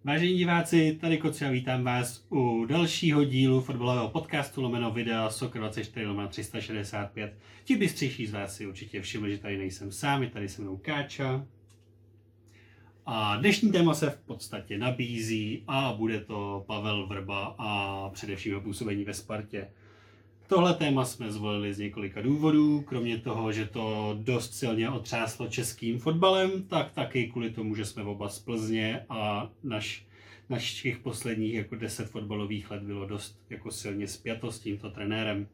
Vážení diváci, tady Koci a vítám vás u dalšího dílu fotbalového podcastu lomeno videa Soccer 24 lomeno 365. Ti bystřejší z vás si určitě všimli, že tady nejsem sám, je tady se mnou Káča. A dnešní téma se v podstatě nabízí a bude to Pavel Vrba a především jeho působení ve Spartě. Tohle téma jsme zvolili z několika důvodů, kromě toho, že to dost silně otřáslo českým fotbalem, tak taky kvůli tomu, že jsme oba z Plzně a našich posledních jako 10 fotbalových let bylo dost jako silně spjato s tímto trenérem.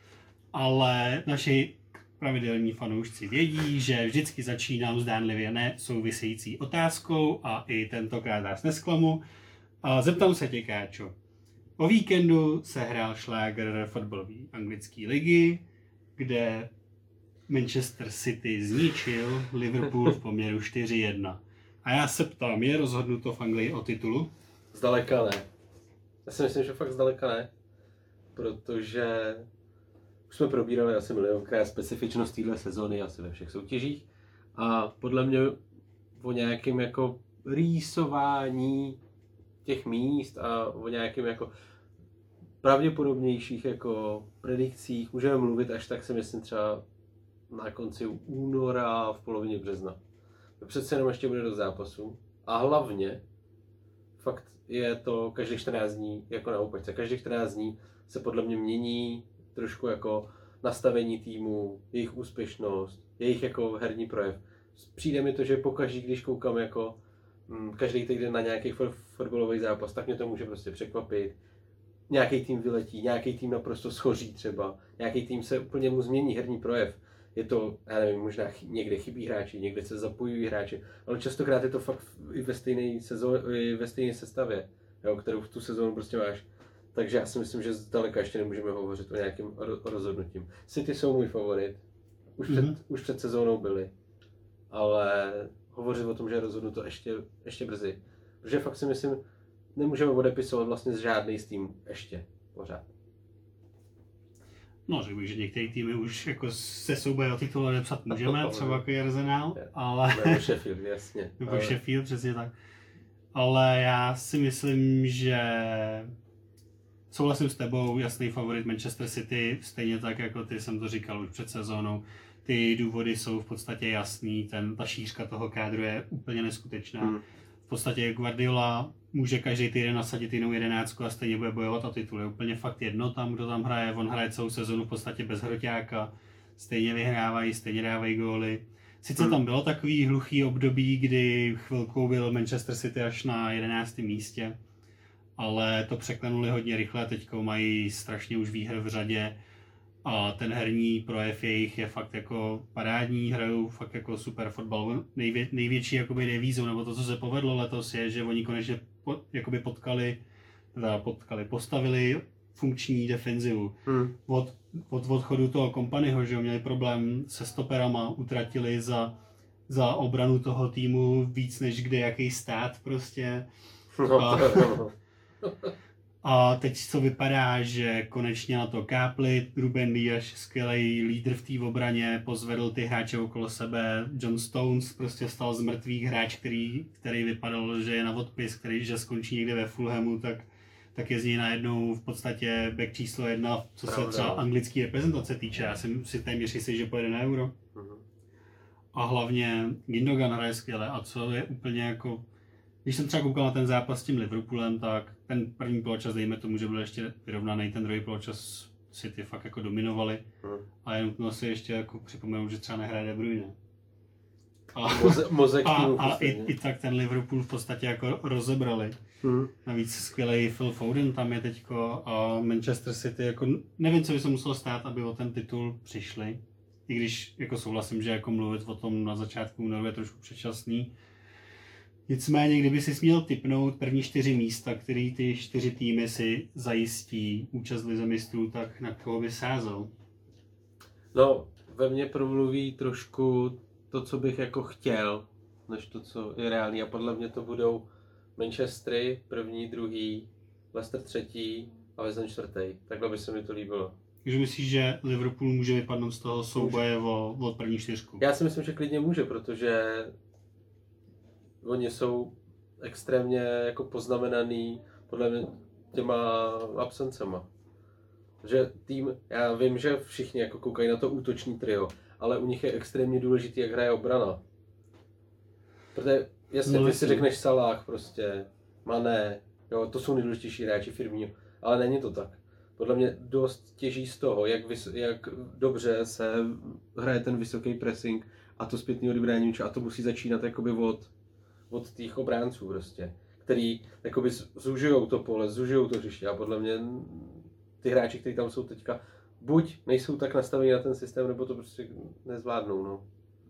Ale naši pravidelní fanoušci vědí, že vždycky začínám zdánlivě nesouvisející otázkou a i tentokrát vás nesklamu. A zeptám se tě, Káčo. O víkendu se hrál šláger fotbalové anglické ligy, kde Manchester City zničil Liverpool v poměru 4-1. A já se ptám, je rozhodnuto v Anglii o titulu? Zdaleka ne. Já si myslím, že fakt zdaleka ne. Protože už jsme probírali asi milionkrát specifičnost téhle sezóny asi ve všech soutěžích. A podle mě o nějakém jako rýsování těch míst a o nějakém jako pravděpodobnějších jako predikcích můžeme mluvit až tak, si myslím, třeba na konci února, v polovině března. Přece jenom ještě bude do zápasu. A hlavně fakt je to každých 14 dní jako na úpačce. Každých 14 dní se podle mě mění trošku jako nastavení týmu, jejich úspěšnost, jejich jako herní projev. Přijde mi to, že pokaždý, když koukám jako každý týden na nějaký fotbalový zápas, tak mě to může prostě překvapit. Nějaký tým vyletí, nějaký tým naprosto schoří třeba, nějaký tým se úplně mu změní herní projev. Je to, já nevím, možná někde chybí hráči, někde se zapojují hráči, ale častokrát je to fakt i ve stejné sestavě, jo, kterou v tu sezónu prostě máš. Takže já si myslím, že zdaleka ještě nemůžeme hovořit o nějakém rozhodnutím. City jsou můj favorit, už před sezónou byli, ale hovořit o tom, že je rozhodnuto ještě brzy. Protože fakt si myslím, nemůžeme odepisovat vlastně žádný z týmů ještě pořád. No, řekl bych, že některé týmy už jako se souboje o titul nepsat můžeme, třeba jako je Arsenal, ale... Nebo Sheffield, jasně. Nebo Sheffield, přesně tak. Ale já si myslím, že souhlasím s tebou, jasný favorit Manchester City, stejně tak, jako ty jsem to říkal už před sezónou. Ty důvody jsou v podstatě jasný, ta šířka toho kádru je úplně neskutečná. V podstatě Guardiola může každý týden nasadit jinou 11 a stejně bude bojovat o titul. Je úplně fakt jedno tam, kdo tam hraje. On hraje celou sezonu v podstatě bez hroťáka. Stejně vyhrávají, stejně dávají góly. Sice tam bylo takový hluchý období, kdy chvilkou byl Manchester City až na 11. místě, ale to překlenuli hodně rychle a teďko mají strašně už výher v řadě. A ten herní projev jejich je fakt jako parádní, hrajou fakt jako super fotbal. Největší jakoby devízou, nebo to, co se povedlo letos, je, že oni konečně postavili funkční defenzivu. Od odchodu toho Kompanyho, že měli problém se stoperama, utratili za obranu toho týmu víc než kde jaký stát prostě. A teď to vypadá, že konečně na to kápli. Ruben Dias, skvělý lídr v té obraně, pozvedl ty hráče okolo sebe. John Stones prostě stal z mrtvých hráč, který vypadal, že je na odpis, že skončí někde ve Fulhamu, tak je z něj najednou v podstatě back číslo 1, co se třeba anglické reprezentace týče. Já jsem si téměř jistý, že pojede na Euro. A hlavně Gundogan hraje skvěle a co je úplně jako... Když jsem třeba koukal na ten zápas s tím Liverpoolem, tak ten první poločas, dejme tomu, že byl ještě vyrovnaný, ten druhý poločas City fakt jako dominovali. A je nutno si ještě jako připomenout, že třeba nehraje De Bruyne. A i tak ten Liverpool v podstatě jako rozebrali. Navíc skvělý Phil Foden tam je teďko a Manchester City jako nevím, co by se muselo stát, aby o ten titul přišli. I když jako souhlasím, že jako mluvit o tom na začátku únoru je trošku předčasný. Nicméně, kdyby si směl tipnout první 4 místa, který ty 4 týmy si zajistí účast v Lize mistrů, tak na koho by sázel? No, ve mně promluví trošku to, co bych jako chtěl, než to, co je reálný. A podle mě to budou Manchestery, první, druhý, Leicester třetí a West Ham čtvrtý. Takhle by se mi to líbilo. Takže myslíš, že Liverpool může vypadnout z toho souboje o první 4? Já si myslím, že klidně může, protože oni jsou extrémně jako poznamenaný podle mě těma absencema. Že tým, já vím, že všichni jako koukají na to útoční trio, ale u nich je extrémně důležitý, jak hraje obrana. Protože jasně, ty si řekneš Salah prostě, Mané, jo, to jsou nejdůležitější hráči Firmino, ale není to tak. Podle mě dost těží z toho, jak dobře se hraje ten vysoký pressing a to zpětný odebrání míče a to musí začínat jakoby od těch obránců prostě, který jakoby zužujou to pole, zužujou to hřiště a podle mě ty hráči, kteří tam jsou teďka, buď nejsou tak nastavení na ten systém, nebo to prostě nezvládnou, no.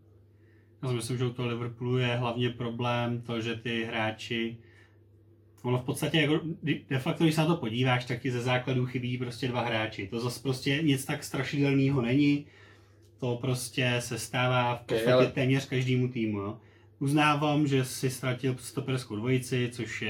Já si myslím, že u toho Liverpoolu je hlavně problém to, že ty hráči, ono v podstatě jako de facto, když se na to podíváš, tak ti ze základů chybí prostě 2 hráči. To zase prostě nic tak strašidelného není. To prostě se stává v podstatě téměř každému týmu. Jo. Uznávám, že si ztratil stoperskou dvojici,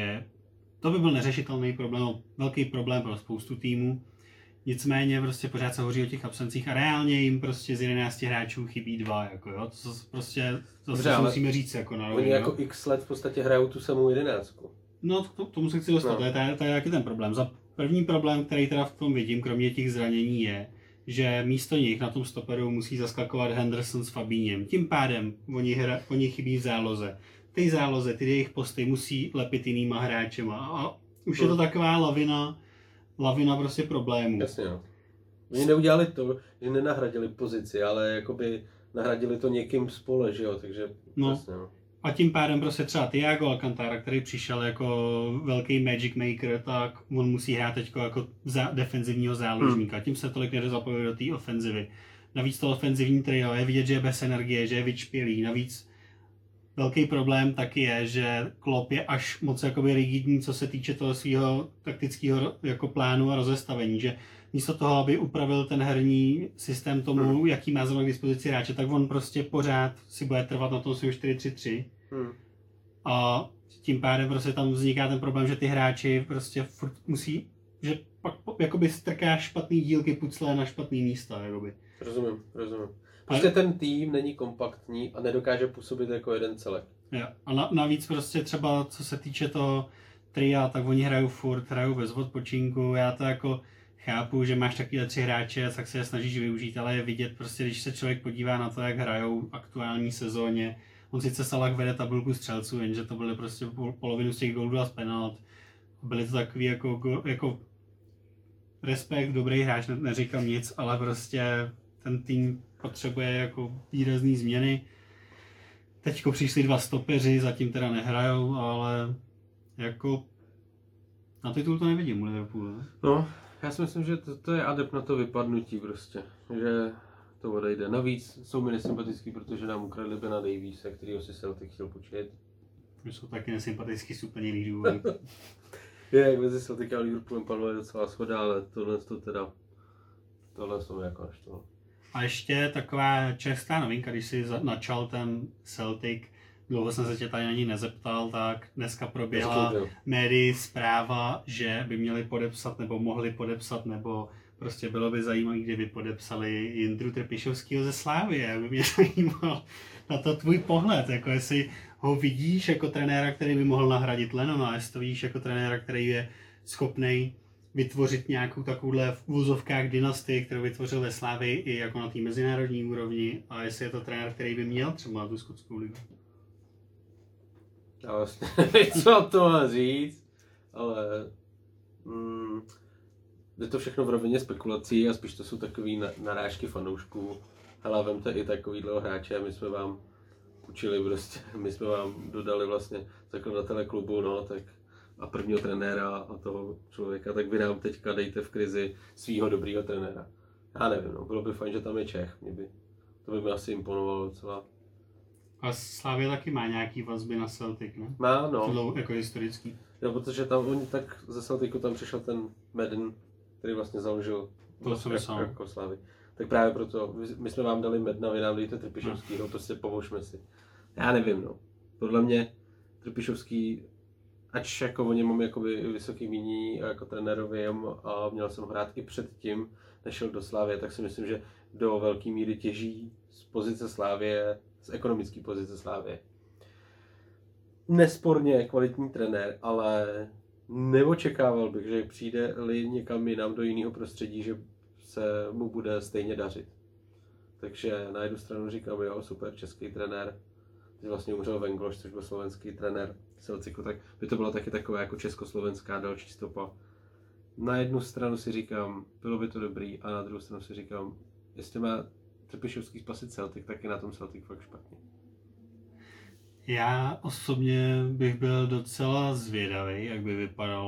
to by byl neřešitelný problém, velký problém pro spoustu týmů. Nicméně prostě pořád se hovoří o těch absencích a reálně jim prostě z 11 hráčů chybí 2, jako jo. To prostě zase musíme říct jako na rovinu. Oni jako x let v podstatě hrajou tu samou 11. No, tomu se chci dostat, to je jaký ten problém. První problém, který teda v tom vidím, kromě těch zranění, je, že místo nich na tom stoperu musí zaskakovat Henderson s Fabíněm. Tím pádem oni chybí v záloze. Ty záloze, ty jejich posty musí lepit jinýma hráčema a už je to taková lavina prostě problémů. Jasně, no. Oni neudělali to, že nenahradili pozici, ale jakoby nahradili to někým z pole, že jo, takže jasně, no. A tím pádem prostě třeba Thiago Alcantara, který přišel jako velký magic maker, tak on musí hrát teď jako defenzivního záložníka. Tím se tolik nezapojuje do té ofenzivy. Navíc to ofenzivní trio je vidět, že je bez energie, že je vyčpělý. Navíc velký problém taky je, že Klopp je až moc jakoby rigidní, co se týče toho svého taktického jako plánu a rozestavení, že místo toho, aby upravil ten herní systém tomu, jaký má zrovna k dispozici hráče, tak on prostě pořád si bude trvat na tom svým 4-3-3. A tím pádem prostě tam vzniká ten problém, že ty hráči prostě furt musí, že pak jakoby strká špatný dílky pucle na špatný místa, jakoby. Rozumím. Prostě ten tým není kompaktní a nedokáže působit jako jeden celek. Jo. A navíc prostě třeba co se týče toho tria, tak oni hrajou bez odpočinku, já to jako chápu, že máš takové 3 hráče, tak se je snažíš využít, ale je vidět prostě, když se člověk podívá na to, jak hrajou aktuální sezóně. On sice Salah vede tabulku střelců, jenže to byly prostě polovinu z těch gólů a z penalt. Byly to takový jako respekt, dobrý hráč, neříkám nic, ale prostě ten tým potřebuje jako výrazný změny. Teďko přišli 2 stopeři, zatím teda nehrajou, ale jako na titul to nevidím u Liverpoolu. Ne? No, já si myslím, že to je adept na to vypadnutí prostě, že to odejde. Navíc jsou mi nesympatický, protože nám ukradli Bena Daviese, kterýho si Celtic chtěl počít. My jsou taky nesympatický z úplně jiných důvodů. Je, jak mezi Celtic a Liverpoolem panuje docela shoda, ale tohle to mi jako naštalo. A ještě taková česká novinka, když si načal ten Celtic, dlouho jsem se tě tady na ní nezeptal, tak dneska proběhla médii zpráva, že by měli podepsat nebo mohli podepsat, nebo prostě bylo by zajímavé, kdyby podepsali Jindru Trpišovského ze Slávie. By mě zajímal na to tvůj pohled, jako jestli ho vidíš jako trenéra, který by mohl nahradit Lennona, jestli to vidíš jako trenéra, který je schopný vytvořit nějakou takovouhle v úvozovkách dynastii, kterou vytvořil ve Slávii i jako na té mezinárodní úrovni, a jestli je to trenér, který by měl třeba tu skotskou ligu. Já vlastně co to má říct, ale je to všechno v rovině spekulací a spíš to jsou takový narážky fanoušků. Hele, vemte i takovýhle hráče, my jsme vám učili prostě, my jsme vám dodali vlastně zakladatele klubu, no, tak a prvního trenéra a toho člověka, tak vy nám teďka dejte v krizi svýho dobrýho trenéra. Já nevím, no, bylo by fajn, že tam je Čech, to by mi asi imponovalo docela. A Slavia taky má nějaký vazby na Celtic, ne? Má, no. Dlouho, jako historický. Jo, protože tam oni tak ze Celticu tam přišel ten Madden, který vlastně založil jako Slavii. Tak právě proto, my jsme vám dali Medna, vy nám dejte Trpišovskýho, prostě pomožme si. Já nevím, no. Podle mě Trpišovský, ač jako o něm mám jakoby vysoký mínění jako trenérovi a měl jsem hrát i předtím, než šel do Slavie, tak si myslím, že do velké míry těží z pozice Slavie, z ekonomické pozice Slavie. nesporně kvalitní trenér, ale neočekával bych, že přijde-li někam jinam do jiného prostředí, že se mu bude stejně dařit. Takže na jednu stranu říkám, jo, super, český trenér. Teď vlastně umřel Vengloš, což byl slovenský trenér Celticu, tak by to byla taky taková jako československá další stopa. Na jednu stranu si říkám, bylo by to dobrý, a na druhou stranu si říkám, jestli má Trpišovský spasit Celtic, tak je na tom Celtic fakt špatně. Já osobně bych byl docela zvědavý, jak by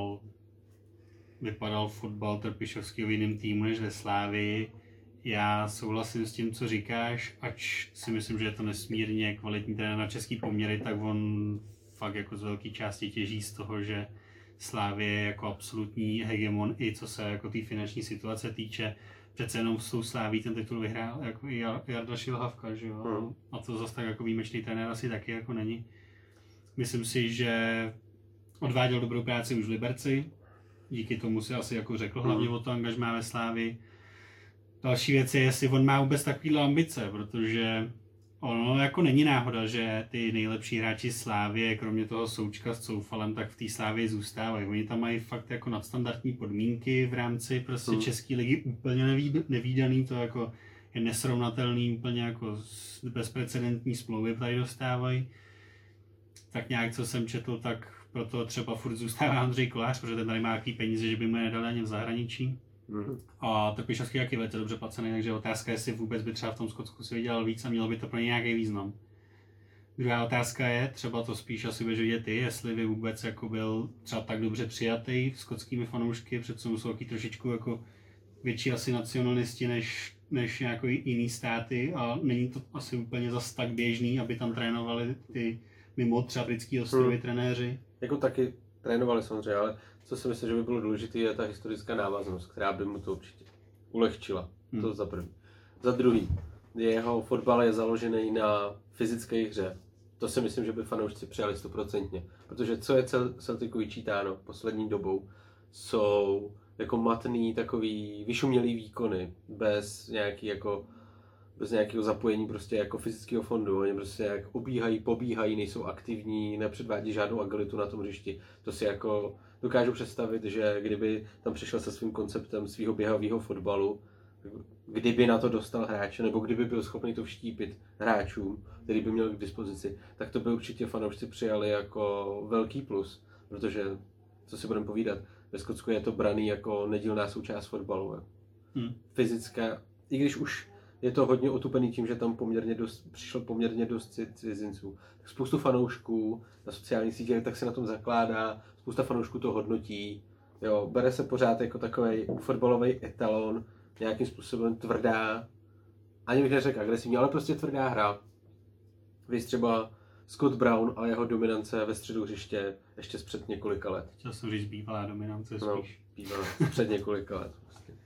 vypadal fotbal Trpišovského v jiném týmu než ve Slávii. Já souhlasím s tím, co říkáš, ač si myslím, že je to nesmírně kvalitní trenér na český poměry, tak on fakt jako z velké části těží z toho, že Slávie je jako absolutní hegemon, i co se jako té finanční situace týče. Přece jenom s tou Sláví ten titul vyhrál jako i Jarda Šilhavka, že jo? A to zase tak jako výjimečný trenér asi taky jako není. Myslím si, že odváděl dobrou práci už v Liberci, díky tomu si asi jako řekl hlavně o to angažmá ve Slávii. Další věc je, jestli on má vůbec takovýhle ambice, protože ono jako není náhoda, že ty nejlepší hráči Slávie, kromě toho Součka s Coufalem, tak v té Slávii zůstávají. Oni tam mají fakt jako nadstandardní podmínky v rámci prostě české ligy, úplně nevídaný, to jako je nesrovnatelný, úplně jako bezprecedentní smlouvy tady dostávají. Tak nějak, co jsem četl, tak proto třeba furt zůstává Ondřej Kolář, protože ten tady má takový peníze, že by mu je nedali ani v zahraničí. A Trpišovský taky velice dobře placený, takže otázka je, jestli vůbec by třeba v tom Skotsku si vydělal víc a mělo by to pro ně nějaký význam. Druhá otázka je, třeba to spíš asi budeš vidět ty, jestli by vůbec jako byl třeba tak dobře přijatý skotskými fanoušky, přece jsou taky trošičku jako větší asi nacionalisti než jako jiný státy a není to asi úplně zas tak běžný, aby tam trénovali ty mimo třeba britský ostrovy trenéři. Jako taky trénovali samozřejmě, ale co si myslím, že by bylo důležité, je ta historická návaznost, která by mu to určitě ulehčila. To za první. Za druhý, jeho fotbal je založený na fyzické hře. To si myslím, že by fanoušci přijali 100%. Protože co je Celticu vyčítáno poslední dobou, jsou jako matný takový vyšumělý výkony, bez nějakého zapojení prostě jako fyzického fondu. Oni prostě jak obíhají, pobíhají, nejsou aktivní, nepředvádí žádnou agilitu na tom hřišti. To si jako dokážu představit, že kdyby tam přišel se svým konceptem svého běhavého fotbalu, kdyby na to dostal hráče, nebo kdyby byl schopný to vštípit hráčům, který by měl k dispozici, tak to by určitě fanoušci přijali jako velký plus, protože, co si budeme povídat, ve Skotsku je to braný jako nedílná součást fotbalu. Fyzická, i když už je to hodně otupený tím, že tam přišlo poměrně dost cizinců. Tak spoustu fanoušků na sociálních sítích tak se na tom zakládá, spousta fanoušků to hodnotí. Jo, bere se pořád jako takový fotbalový etalon, nějakým způsobem tvrdá, ani bych neřekl agresivní, ale prostě tvrdá hra. Víš třeba Scott Brown a jeho dominance ve středu hřiště ještě před několika let. Chtěl jsem říct bývalá dominance spíš. No, bývalá, před několika let.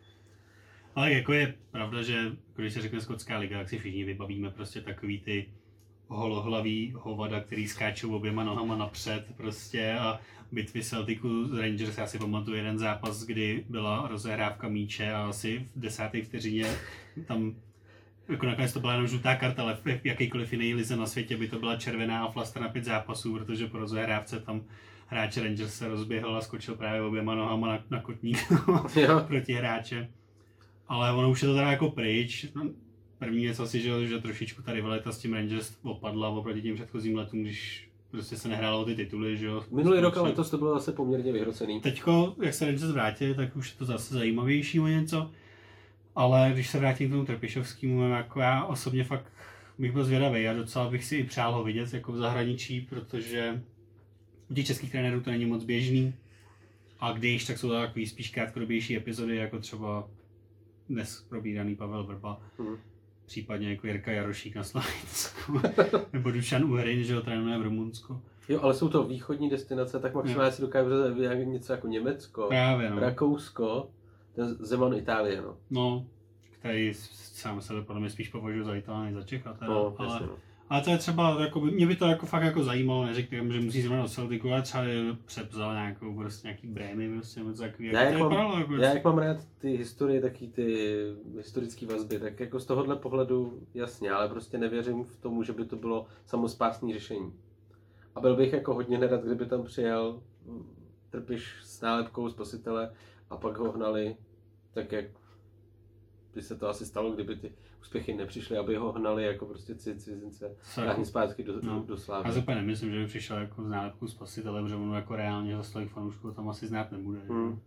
Ale jako je pravda, že když se řekne skotská liga, tak si všichni vybavíme prostě takový ty holohlavý hovada, který skáčou oběma nohama napřed prostě a bitvy Celticu z Rangers. Já si pamatuju jeden zápas, kdy byla rozehrávka míče a asi v 10. vteřině tam jako nakonec to byla jenom žlutá karta, ale v jakýkoliv jiný lize na světě by to byla červená a flaster na 5 zápasů, protože po rozehrávce tam hráč Rangers se rozběhl a skočil právě oběma nohama na kotník proti hráče. Ale ono už je to teda jako pryč. První věc asi, že trošičku ta rivalita s tím Rangers opadla oproti těm předchozím letům, když prostě se nehrálo o ty tituly, že jo. Minulý rok a letos to bylo zase poměrně vyhrocený. Teďko, jak se Rangers vrátili, tak už je to zase zajímavější o něco. Ale když se vrátím k tomu Trpišovskému, jako já osobně fakt bych byl zvědavý a docela bych si i přál ho vidět jako v zahraničí, protože u těch českých trenérů to není moc běžný. A když, tak jsou to takový spíš krátkodobější epizody, jako třeba dnes probíraný Pavel Vrba, případně jako Jirka Jarošík na Slovensku, nebo Dušan Uhrin, že ho trénuje v Rumunsku. Jo, ale jsou to východní destinace, tak maximálně si dokážu něco jako Německo, právě, no. Rakousko, ten Zeman Itálie, no. No, který sám sebe podle mě spíš považuji za Itálie, za Čecha teda, no, ale... no. Ale to je třeba, jako, mě by to jako fakt jako zajímalo, neříkám, že musí zrovna do Celticu, ale třeba přepsal nějakou prostě nějaký Brémy, prostě něco takový. Já jak mám rád ty historie, taky ty historické vazby, tak jako z tohohle pohledu jasně, ale prostě nevěřím v tomu, že by to bylo samospásné řešení. A byl bych jako hodně nerad, kdyby tam přijel Trpiš s nálepkou Spasitele a pak ho hnali, tak jak by se to asi stalo, kdyby ty úspěchy nepřišly, aby ho hnali jako prostě cizince vrátit zpátky do Slávy. Já úplně nemyslím, že by přišel jako s nálepkou Spasitele, protože ono jako reálně za svých fanoušků tam asi znát nebude.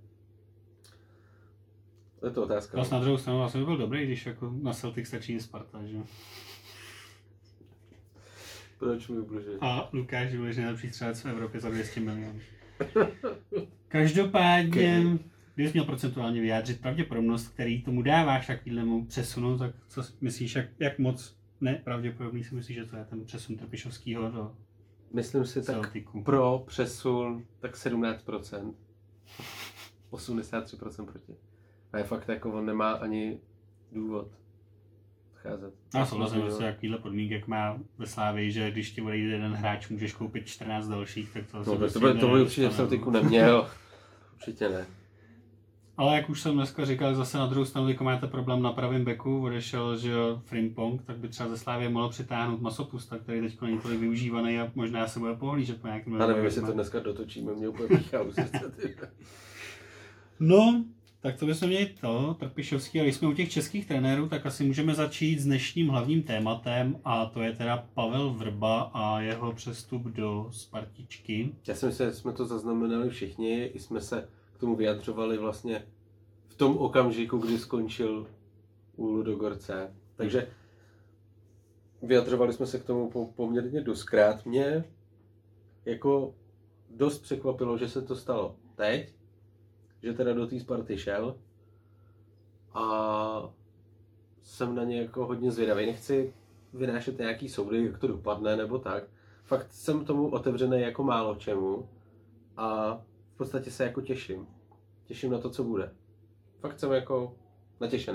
To je to otázka. Vlastně na druhou stranu vlastně by byl dobrý, když jako na Celtic stačí Sparta, že? Proč mi bože? A Lukáš Juliš nejlepší střelec v Evropě za 200 milionů. Každopádně, kdybys měl procentuálně vyjádřit pravděpodobnost, který tomu dáváš takovýhlemu přesunu, tak co myslíš, jak moc nepravděpodobný si myslíš, že to je ten přesun Trpišovského do Myslím si Celticu? Tak pro přesun tak 17%. 83% proti. A je fakt jako on nemá ani důvod odcházet. Já souhlasím, že se takovýhle podmínky, jak má ve Slávii, že když ti odejde jeden hráč, můžeš koupit 14 dalších, tak to by určitě v Celticu neměl. Určitě ne. Ale jak už jsem dneska říkal, zase na druhou stranu, když máte problém na pravém beku, odešel, že Frimpong, tak by třeba ze Slávie mohl přitáhnout Masopusta, který teď není tolik využívaný a možná se bude pohlížet po nějakém... Já nevím, jestli to dneska dotočíme, mě úplně píchá u srdce. No, tak to bychom měli to, Trpišovský, a když jsme u těch českých trenérů, tak asi můžeme začít s dnešním hlavním tématem a to je teda Pavel Vrba a jeho přestup do Spartičky. Já si myslím, že jsme to zaznamenali všichni, i jsme se k tomu vyjadřovali vlastně v tom okamžiku, kdy skončil u Ludogorce. Takže vyjadřovali jsme se k tomu poměrně doskrát. Mě jako dost překvapilo, že se to stalo teď, že teda do té Sparty šel a jsem na ně jako hodně zvědavý. Nechci vynášet nějaký soudy, jak to dopadne nebo tak. Fakt jsem tomu otevřený jako málo čemu a v podstatě se jako těším. Těším na to, co bude. Fakt jsem jako natěšený.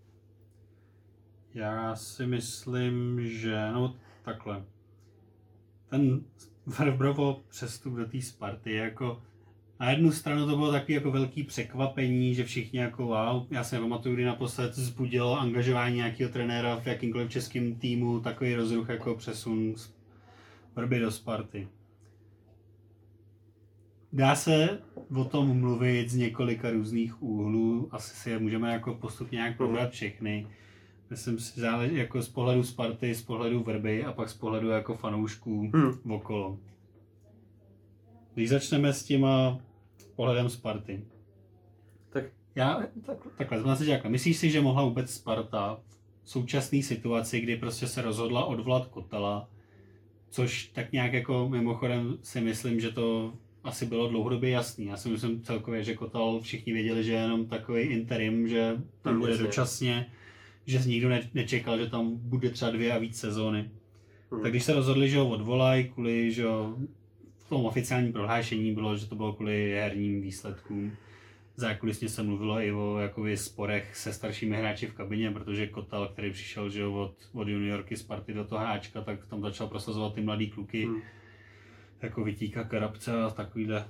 Já si myslím, že no takhle. Ten Vrbrovo přestup do té Sparty jako na jednu stranu to bylo takový jako velký překvapení, že všichni jako wow, já si nepamatuju, kdy naposled vzbudilo angažování nějakého trenéra v jakýmkoliv českém týmu, takový rozruch jako přesun z Vrby do Sparty. Dá se o tom mluvit z několika různých úhlů, asi si je můžeme jako postupně nějak probrat všechny. Myslím si, záleží jako z pohledu Sparty, z pohledu Vrby a pak z pohledu jako fanoušků okolo. Když začneme s těma pohledem Sparty. Tak Takhle. Myslíš si, že mohla vůbec Sparta v současné situaci, kdy prostě se rozhodla odvolat Kotela, což tak nějak jako mimochodem si myslím, že to asi bylo dlouhodobě jasný. Já si myslím celkově, že Kotel všichni věděli, že je jenom takový interim, že tam bude dočasně, že nikdo nečekal, že tam bude třeba 2 a víc sezóny. Tak když se rozhodli, že ho odvolají kvůli, že v tom oficiálním prohlášení bylo, že to bylo kvůli herním výsledkům. Zákulisně se mluvilo i o jakoby sporech se staršími hráči v kabině, protože Kotel, který přišel že od juniorky Sparty do toho háčka, tak tam začal prosazovat ty mladý kluky. Jako Vytíka, Karabce a takovýhle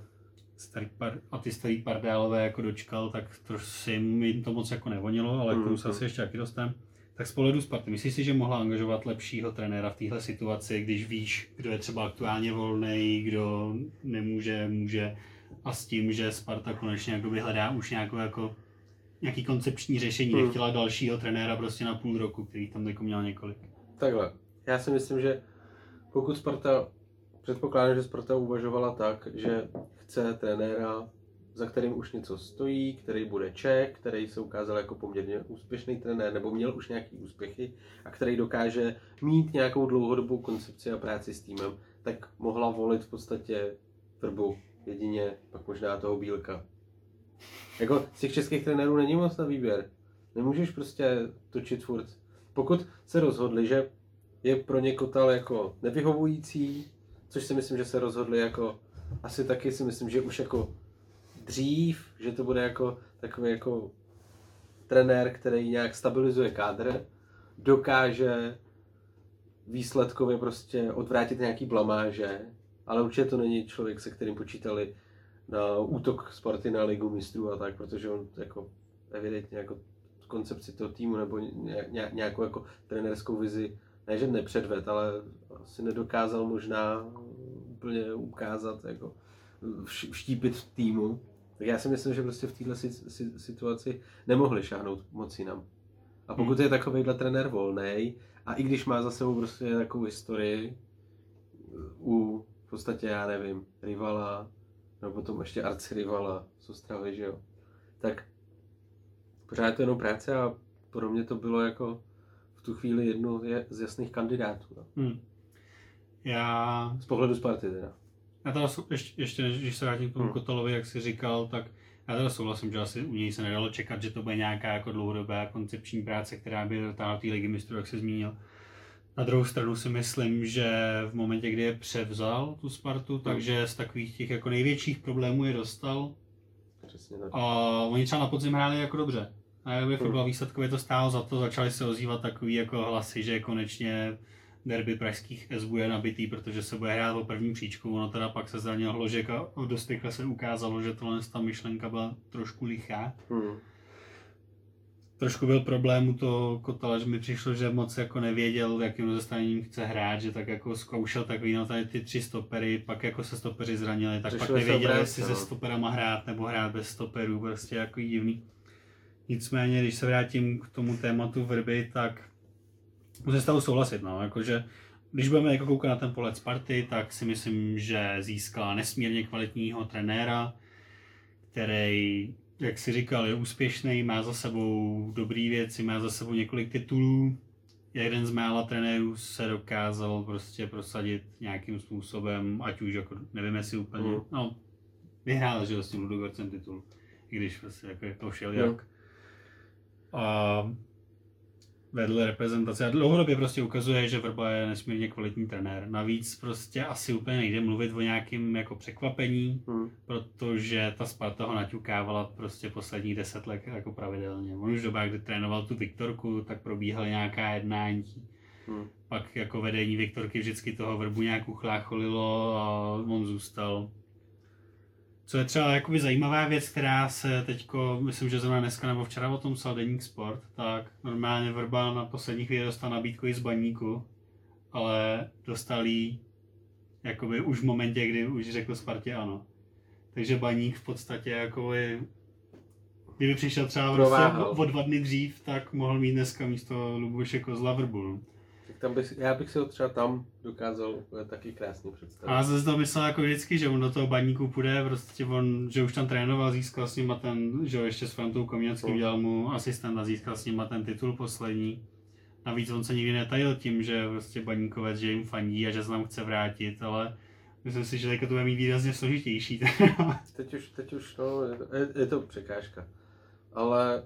ty starý pardálové jako dočkal, tak to si jim to moc jako nevonilo, ale k tomu se asi ještě taky dostaneme. Tak z pohledu Sparty, myslíš si, že mohla angažovat lepšího trenéra v téhle situaci, když víš, kdo je třeba aktuálně volný, kdo nemůže, může a s tím, že Sparta konečně hledá už nějaký koncepční řešení, nechtěla dalšího trenéra prostě na půl roku, který tam jako měl několik. Takhle, já si myslím, že pokud předpokládám, že Sparta uvažovala tak, že chce trenéra, za kterým už něco stojí, který bude Čech, který se ukázal jako poměrně úspěšný trenér, nebo měl už nějaký úspěchy a který dokáže mít nějakou dlouhodobou koncepci a práci s týmem, tak mohla volit v podstatě Vrbu jedině, pak možná toho Bílka. Jako z těch českých trenérů není moc na výběr. Nemůžeš prostě točit furt. Pokud se rozhodli, že je pro ně Kotel jako nevyhovující, což si myslím, že se rozhodli jako, asi taky si myslím, že už jako dřív, že to bude jako takový jako trenér, který nějak stabilizuje kádr, dokáže výsledkově prostě odvrátit nějaký blamáže, ale určitě to není člověk, se kterým počítali na útok Sparty na Ligu mistrů a tak, protože on jako evidentně jako koncepci toho týmu nebo nějakou jako trenérskou vizi, ne že nepředved, ale asi nedokázal možná úplně ukázat, jako vštípit v týmu. Tak já si myslím, že prostě v této situaci nemohli šáhnout moc jinam. A pokud je takovejhle trenér volnej, a i když má za sebou prostě takovou historii u v podstatě, já nevím, rivala, nebo potom ještě arcirivala z Ostravy, že jo, tak pořád je to jenom práce a pro mě to bylo jako v tu chvíli jedno z jasných kandidátů. No. Já... Z pohledu Sparty teda. Já teda ještě když se vrátím k tomu Kotalovi, jak jsi říkal, tak já teda souhlasím, že asi u něj se nedalo čekat, že to bude nějaká jako dlouhodobá koncepční práce, která by dotáhla té ligy mistrů, jak se zmínil. Na druhou stranu si myslím, že v momentě, kdy je převzal tu Spartu, takže z takových těch jako největších problémů je dostal. Přesně tak. A oni třeba na podzim hráli jako dobře. A jakby fotbal výsledkově to stálo za to, začali se ozývat takový jako hlasy, že konečně derby pražských S bude nabitý, protože se bude hrát o první příčku. Ono teda pak se zranil Hložek a dost rychle se ukázalo, že tohle ta myšlenka byla trošku lichá. Trošku byl problém u toho Kotala, že mi přišlo, že moc jako nevěděl, jakým rozestavením chce hrát, že tak jako zkoušel takový na tady ty 3 stopery, pak jako se stopeři zranili, tak pak nevěděl, jestli se stoperama hrát nebo hrát bez stoperů, prostě jako divný. Nicméně, když se vrátím k tomu tématu Vrby, tak musím s tou souhlasit, no, jakože když budeme jako koukat na ten pohled Sparty, tak si myslím, že získala nesmírně kvalitního trenéra, který, jak si říkal, je úspěšný, má za sebou dobrý věci, má za sebou několik titulů. Jeden z mála trenérů se dokázal prostě prosadit nějakým způsobem, ať už jako, nevím jestli úplně, no, vyhrál, že s tím Ludogorcem titul, i když prostě jako šel jak. A vedl reprezentace a dlouhodobě prostě ukazuje, že Vrba je nesmírně kvalitní trenér. Navíc prostě asi úplně nejde mluvit o nějakém jako překvapení, protože ta Sparta ho naťukávala prostě posledních 10 let jako pravidelně. On už v dobách, kdy trénoval tu Viktorku, tak probíhala nějaká jednání. Pak jako vedení Viktorky vždycky toho Vrbu nějak uchlácholilo a on zůstal. Co je třeba jakoby zajímavá věc, která se teďko, myslím, že zrovna dneska nebo včera o tom psal Deník Sport, tak normálně Vrba na poslední chvíli dostal nabídku i z Baníku, ale dostal jí jakoby už v momentě, kdy už řekl Spartě ano. Takže Baník v podstatě jakoby, kdyby přišel třeba o 2 dny dřív, tak mohl mít dneska místo Luboše Kozla Vrbu. Já bych si ho třeba tam dokázal taky krásně představit. A zase to myslel jako vždycky, že on do toho Baníku půjde, prostě on, že už tam trénoval, získal s nima ten, že ještě s Frantou Koměckým dělal mu asistent a získal s nima ten titul poslední. Navíc on se nikdy netajil tím, že prostě Baníkovec, že jim fandí a že se nám chce vrátit, ale myslím si, že teďka to bude mít výrazně složitější. teď už no, je to překážka. Ale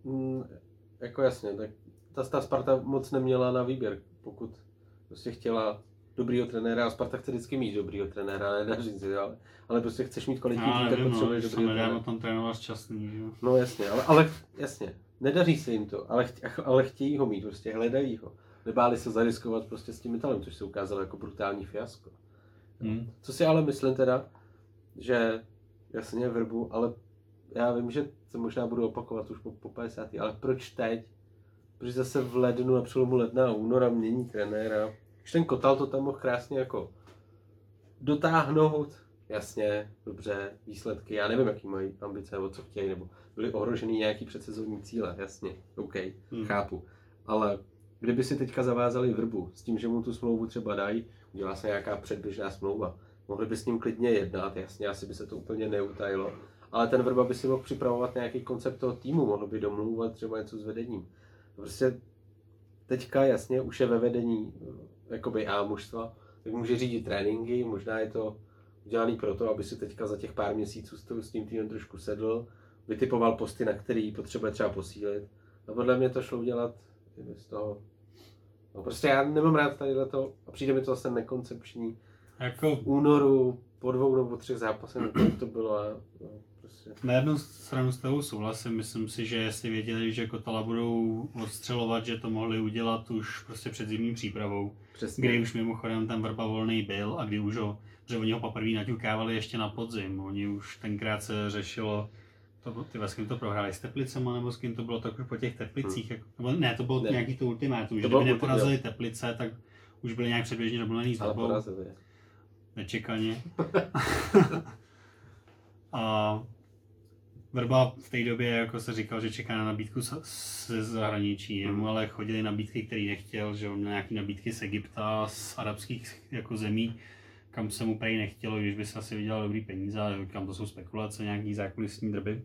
jako jasně, tak ta Sparta moc neměla na výběr, pokud prostě chtěla dobrýho trenéra, a Sparta chce vždycky mít dobrýho trenéra, nedá říct, ale prostě chceš mít kvalitní tým, tak potřebuješ dobrýho trenéra. tam trénoval šťastný, že? No jasně, ale jasně, nedaří se jim to, ale chtějí ho mít, prostě hledají ho. Nebáli se zariskovat prostě s tím Italem, což se ukázalo jako brutální fiasko. Co si ale myslím teda, že jasně Vrbu, ale já vím, že se možná budu opakovat už po 50. Ale proč teď? Protože zase v lednu, na přelomu ledna a února mění trenéra. Už ten Kotal to tam mohl krásně jako dotáhnout. Jasně, dobře, výsledky, já nevím, jaký mají ambice nebo co chtějí, nebo byly ohrožený nějaký předsezonní cíle, jasně, OK, chápu. Ale kdyby si teďka zavázali Vrbu s tím, že mu tu smlouvu třeba dají, udělá se nějaká předběžná smlouva, mohli by s ním klidně jednat, jasně, asi by se to úplně neutajilo, ale ten Vrba by si mohl připravovat nějaký koncept toho týmu, mohl by domlouvat třeba něco s vedením. Prostě teďka jasně už je ve vedení jakoby A mužstva, tak může řídit tréninky, možná je to udělaný proto, aby si teďka za těch pár měsíců s tím týmem trošku sedl, vytipoval posty, na který potřebuje třeba posílit. A podle mě to šlo udělat z toho. No prostě já nemám rád tadyhle to a přijde mi to zase nekoncepční. Jako... V únoru po 2 nebo 3 zápasech to bylo a prostě. Na jednu stranu s tebou souhlasím, myslím si, že jestli věděli, že Kotala budou odstřelovat, že to mohli udělat už prostě před zimní přípravou. Přesně. Kdy už mimochodem ten Vrba volný byl a kdy už ho, protože oni ho poprvé naťukávali ještě na podzim. Oni už tenkrát se řešilo, s kým to prohráli, s Teplicema nebo s kým to bylo, tak už po těch Teplicích, jako, ne, to bylo nějaký to ultimátum, že kdyby neporazili Teplice, tak už byli nějak předběžně domluvený s Vrbou. nečekaně. A Vrba v té době jako se říkal, že čeká na nabídku ze zahraničí, jemu ale chodily nabídky, který nechtěl, že on měl nějaký nabídky z Egypta, z arabských jako zemí, kam se mu prej nechtělo, když by se asi vydělal dobrý peníze, ale kam to jsou spekulace, nějaký zákulisní drby.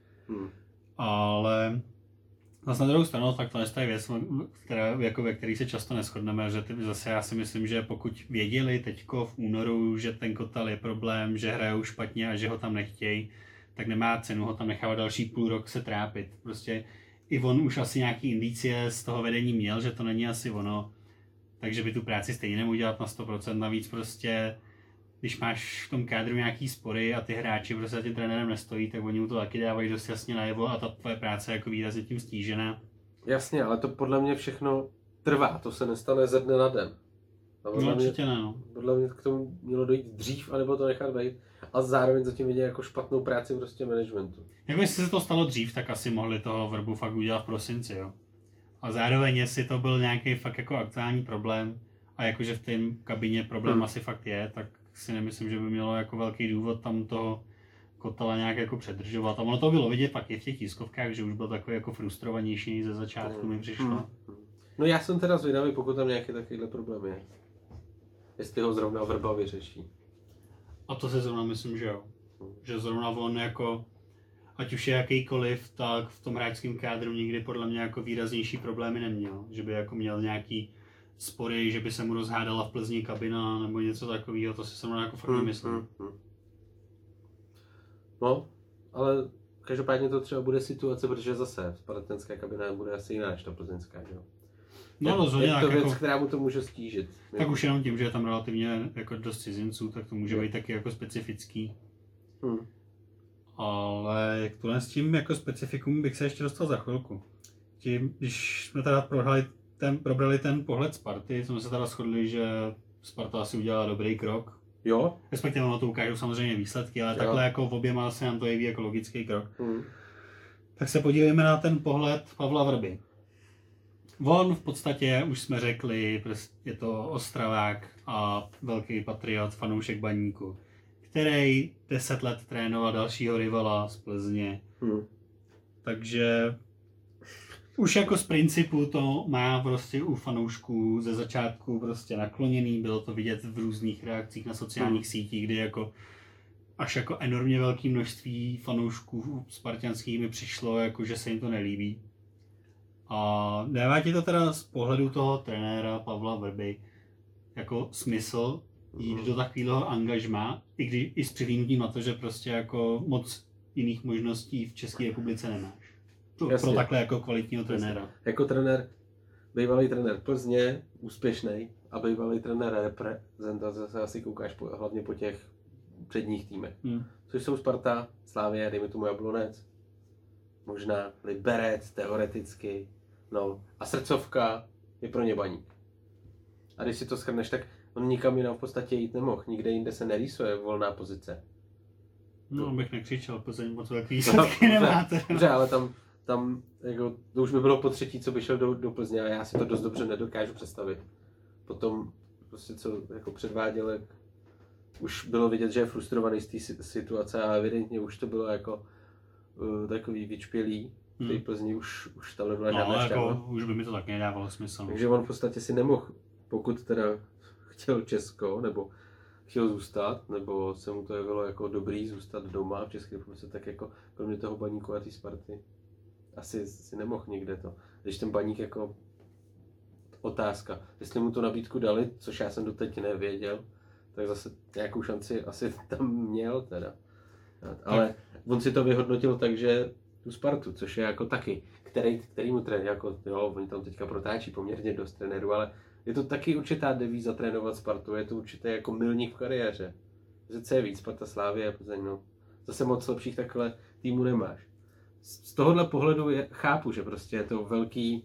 Ale zase na druhou stranu, tak to je věc, ve které se často neshodneme, že zase já si myslím, že pokud věděli teďko v únoru, že ten Kotel je problém, že hrajou špatně a že ho tam nechtějí, tak nemá cenu ho tam nechávat další půl rok se trápit. Prostě i on už asi nějaký indicie z toho vedení měl, že to není asi ono, takže by tu práci stejně nemohl dělat na 100%. Navíc prostě, když máš v tom kádru nějaký spory a ty hráči prostě za tím trenérem nestojí, tak oni mu to taky dávají dost jasně najevo a ta tvoje práce je jako výrazně tím stížená. Jasně, ale to podle mě všechno trvá, to se nestane ze dne na den. No určitě ne, no. Podle mě k tomu mělo dojít dřív, anebo to nechat být. A zároveň zatím vidět jako špatnou práci prostě managementu. Jako jestli se to stalo dřív, tak asi mohli toho Vrbu fakt udělat v prosinci, jo. A zároveň jestli to byl nějaký fakt jako aktuální problém a jakože v té kabině problém asi fakt je, tak si nemyslím, že by mělo jako velký důvod tam toho Kotela nějak jako předržovat. A ono to bylo vidět pak i v těch tiskovkách, že už byl takový jako frustrovanější ze začátku mi přišlo. No já jsem teda zvědavý, pokud tam nějaký takovýhle problém je. Jestli ho zrovna Vrba vyřeší. A to se zrovna myslím, že jo. Že zrovna on jako, ať už je jakýkoliv, tak v tom hráčském kádru nikdy podle mě jako výraznější problémy neměl. Že by jako měl nějaký spory, že by se mu rozhádala v Plzni kabina nebo něco takového, to si zrovna jako fakt nemyslím. No, ale každopádně to třeba bude situace, protože zase spartanská kabina bude asi jiná než ta plzeňská, že jo? No rozhodně. Je to věc, jako, která mu to může stížit. Tak už jenom tím, že je tam relativně jako dost cizinců, tak to může být taky jako specifický. Ale k tohle s tím jako specifikum bych se ještě dostal za chvilku. Tím, když jsme teda probrali ten pohled Sparty, jsme se teda shodli, že Sparta asi udělala dobrý krok. Jo? Respektive ono to ukážou samozřejmě výsledky, ale takhle jako v oběma se nám to jeví jako logický krok. Tak se podívejme na ten pohled Pavla Vrby. On v podstatě, už jsme řekli, je to Ostravák a velký patriot, fanoušek Baníku, který 10 let trénoval dalšího rivala z Plzně. Takže už jako z principu to má prostě u fanoušků ze začátku prostě nakloněný, bylo to vidět v různých reakcích na sociálních sítích, kdy jako až jako enormně velké množství fanoušků spartanských mi přišlo, jako že se jim to nelíbí. A dává ti to teda z pohledu toho trenéra Pavla Vrby jako smysl jít do takového angažmá, i s přihlédnutím na to, že prostě jako moc jiných možností v České republice nemáš. Pro takhle jako kvalitního trenéra. Jako trenér, bývalý trenér Plzně, úspěšný, a bývalý trenér reprezentace se asi koukáš hlavně po těch předních týmech. Což jsou Sparta, Slavia, dejme tomu Jablonec, možná Liberec teoreticky, no a srdcovka je pro ně Baník. A když si to shrneš, tak on nikam jinam v podstatě jít nemohl, nikde jinde se nerýsuje volná pozice. No, abych nekřičel, Plzeň moc velký výsledky nemáte. Dobře, ale tam jako, to už by bylo po třetí, co by šel do Plzně a já si to dost dobře nedokážu představit. Potom prostě co jako předváděl, už bylo vidět, že je frustrovaný z té situace a evidentně už to bylo jako takový vyčpělý. V té Plzni už tam nebyla žádná šťáva. Jako, už by mi to taky nedávalo smysl. Takže on v podstatě si nemohl, pokud teda chtěl Česko, nebo chtěl zůstat, nebo se mu to jevilo jako dobrý zůstat doma v České republice, tak jako kromě toho Baníku a té Sparty asi si nemohl někde to. Když ten Baník jako otázka, jestli mu tu nabídku dali, což já jsem doteď nevěděl, tak zase nějakou šanci asi tam měl teda. Ale on si to vyhodnotil tak, že tu Spartu, což je jako taky, kterýmu trenér, jako jo, oni tam teďka protáčí poměrně dost trenérů, ale je to taky určitá devíza trénovat Spartu, je to určitě jako milník v kariéře. Co je víc, Sparta, Slavia, Plzeň, no. Zase moc lepších takhle týmu nemáš. Z tohohle pohledu chápu, že prostě je to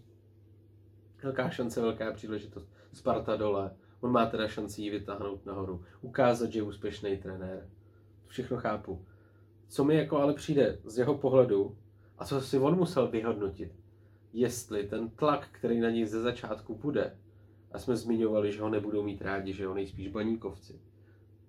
velká šance, velká příležitost. Sparta dole, on má teda šanci ji vytáhnout nahoru, ukázat, že je úspěšný trenér. Všechno chápu. Co mi jako ale přijde z jeho pohledu, a co si on musel vyhodnotit, jestli ten tlak, který na něj ze začátku bude, a jsme zmiňovali, že ho nebudou mít rádi, že ho nejspíš baníkovci,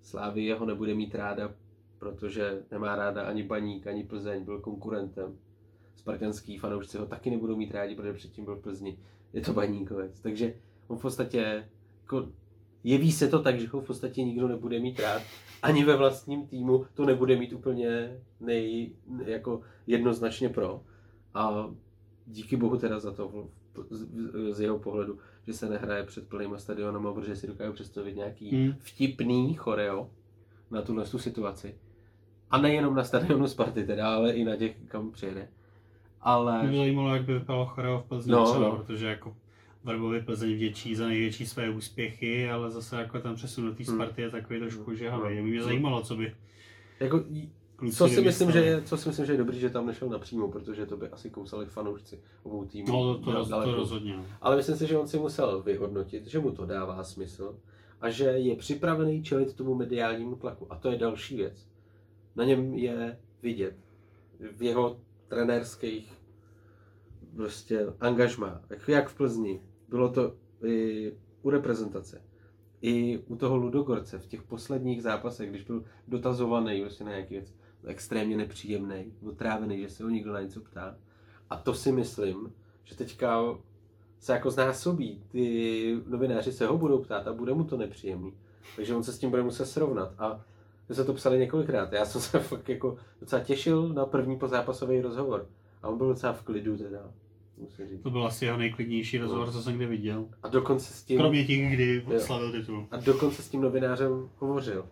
Slavia ho nebude mít ráda, protože nemá ráda ani Baník, ani Plzeň, byl konkurentem. Spartanský fanoušci ho taky nebudou mít rádi, protože předtím byl v Plzni. Je to Baníkovec. Takže on v podstatě jako, jeví se to tak, že ho v podstatě nikdo nebude mít rád. Ani ve vlastním týmu to nebude mít úplně jako jednoznačně pro. A díky bohu teda za to z jeho pohledu, že se nehraje před plnýma stadionama, protože si dokážu představit nějaký vtipný choreo na tuhle situaci. A nejenom na stadionu Sparty teda, ale i na těch, kam přijede. Ale... Mě zajímalo, jak by vypadalo choreo v Plzni třeba, protože jako Vrbově Plzeň vděčí za největší své úspěchy, ale zase jako tam přesunutý Sparty je takový trošku žehavý. Mě zajímalo, co by... Jako, co si myslím, že je dobrý, že tam nešel napřímo, protože to by asi kousali fanoušci obou týmů. No to rozhodně. Ale myslím si, že on si musel vyhodnotit, že mu to dává smysl a že je připravený čelit tomu mediálnímu tlaku. A to je další věc. Na něm je vidět v jeho trenérských prostě angažmá, jak v Plzni. Bylo to i u reprezentace, i u toho Ludogorce v těch posledních zápasech, když byl dotazovaný prostě na nějaký věc, extrémně nepříjemný, otrávený, že se ho někdo na něco ptá. A to si myslím, že teďka se jako znásobí. Ty novináři se ho budou ptát a bude mu to nepříjemný. Takže on se s tím bude muset srovnat. A my se to psali několikrát. Já jsem se fakt jako docela těšil na první pozápasový rozhovor. A on byl docela v klidu teda. To byl asi jeho nejklidnější rozhovor, co jsem kdy viděl. A dokonce s tím... Kromě těch, kdy slavil titul. A dokonce s tím novinářem hovořil.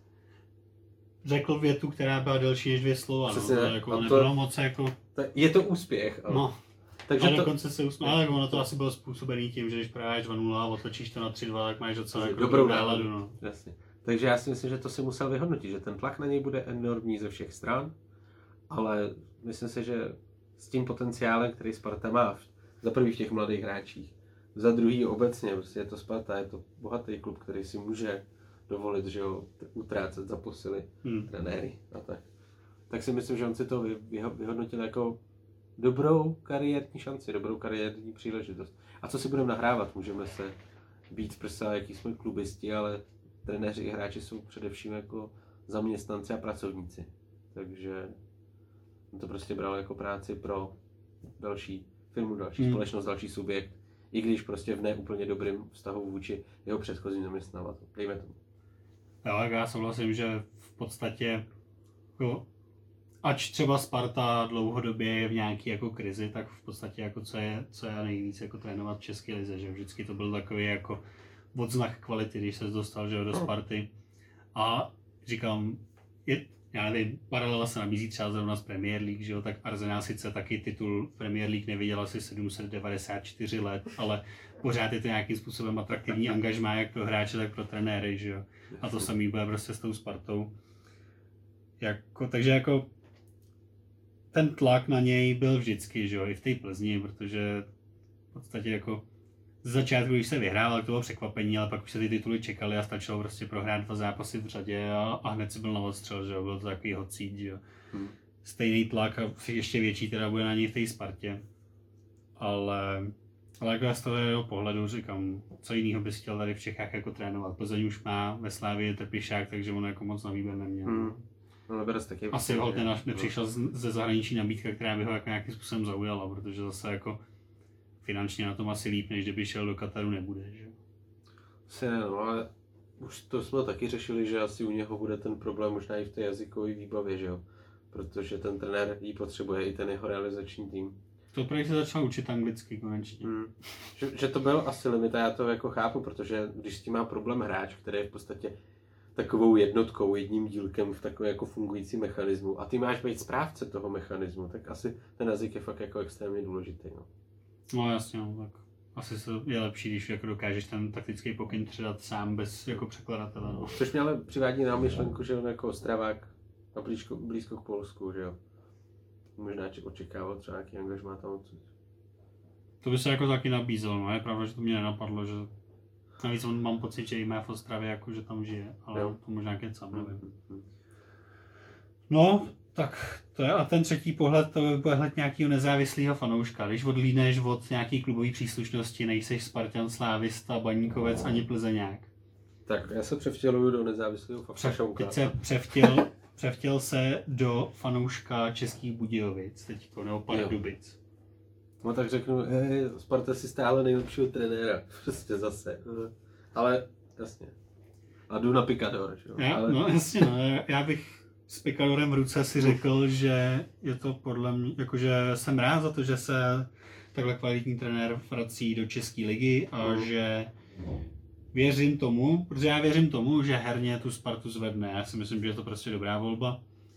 Řekl větu, která byla delší než 2 slova. Přesně, no, to jako nebylo moc jako... Je to úspěch. Ale... No. Takže a dokonce se usmál, ale ono to asi bylo způsobený tím, že když prohráš 2-0 a otočíš to na 3-2, tak máš docela jako dobrou náladu. No. Jasně. Takže já si myslím, že to si musel vyhodnotit, že ten tlak na něj bude enormní ze všech stran, ale myslím si, že s tím potenciálem, který Sparta má, za prvý v těch mladých hráčích, za druhý obecně, prostě je to Sparta, je to bohatý klub, který si může dovolit, že jo, utrácet za posily trenéry a tak. Tak si myslím, že on si to vyhodnotil jako dobrou kariérní šanci, dobrou kariérní příležitost. A co si budeme nahrávat? Můžeme se být v prsa, jaký jsme klubisti, ale trenéři i hráči jsou především jako zaměstnanci a pracovníci. Takže to prostě bral jako práci pro další firmu, další společnost, další subjekt, i když prostě v neúplně dobrým vztahu vůči jeho předchozím zaměstnavatelům. Dejme tomu. Jo, já souhlasím, že v podstatě jako, ač třeba Sparta dlouhodobě je v nějaký jako krizi, tak v podstatě jako co je nejvíc jako trénovat v české lize, že vždycky to byl takový jako odznak kvality, když se dostal, že do Sparty. A říkám, já nevím, paralela se nabízí třeba zrovna z Premier League, že jo, tak Arsenal sice taky titul Premier League neviděl asi 794 let, ale pořád je to nějakým způsobem atraktivní angažmá jak pro hráče, tak pro trenéry, že jo. A to samý bude prostě s tou Spartou. Takže jako ten tlak na něj byl vždycky, že jo, i v té Plzni, protože v podstatě jako z začátku, když se vyhrál, tak to bylo překvapení, ale pak už se ty tituly čekaly a stačilo prostě prohrát 2 zápasy v řadě a hned si byl na odstřel, že jo, byl to takový hot seat, že jo. Stejný tlak a ještě větší teda bude na něj v té Spartě. Ale jako z toho jeho pohledu říkám, co jiného bys chtěl tady v Čechách jako trénovat. Plzeň už má, ve Slávii Trpišák, takže on jako moc na výběr neměl. Asi ho nepřišel ze zahraniční nabídka, která by ho jako nějakým způsobem zaujala, protože zase jako finančně na tom asi líp, než kdyby šel do Kataru, nebude, že? Asi ne, no, ale už to jsme taky řešili, že asi u něho bude ten problém možná i v té jazykové výbavě, že jo? Protože ten trenér jí potřebuje, i ten jeho realizační tým. To projekt se začal učit anglicky konečně. Že to byl asi limit a já to jako chápu, protože když s tím má problém hráč, který je v podstatě takovou jednotkou, jedním dílkem v takové jako fungující mechanismu a ty máš být správce toho mechanismu, tak asi ten jazyk je fakt jako extrémně důležitý, no. No jasně, no, tak asi je lepší, když jako dokážeš ten taktický pokyn předat sám bez jako překladatele. No. Což mě ale přivádí na myšlenku, že on jako Ostravák a blízko k Polsku, že jo. Možná očekával třeba nějaký angažmá tam odsud. To by se jako taky nabízelo, no je pravda, že to mě nenapadlo, že navíc on mám pocit, že i má v Ostravě jako, že tam žije, ale jo. To možná kecám, nevím. No, tak to je a ten třetí pohled, to je pohled nějakého nezávislého fanouška. Když odhlídneš od nějaký klubové příslušnosti, nejseš Spartan, Slávista, Baníkovec ani Plzeňák. Tak, já se převtěluju do nezávislého fakta Šonka. Teď se převtěl se do fanouška Českých Budějovic, teďko, nebo Pardubic. No tak řeknu, Sparta si stále nejlepšího trenéra, prostě zase. Ale jasně. A jdu na Picador, že jo? Ale... No jasně, no. Já bych s Picadorem v ruce si řekl, že je to podle mě, jakože jsem rád za to, že se takhle kvalitní trenér vrací do České ligy a že věřím tomu, protože já věřím tomu, že herně tu Spartu zvedne. Já si myslím, že je to prostě dobrá volba.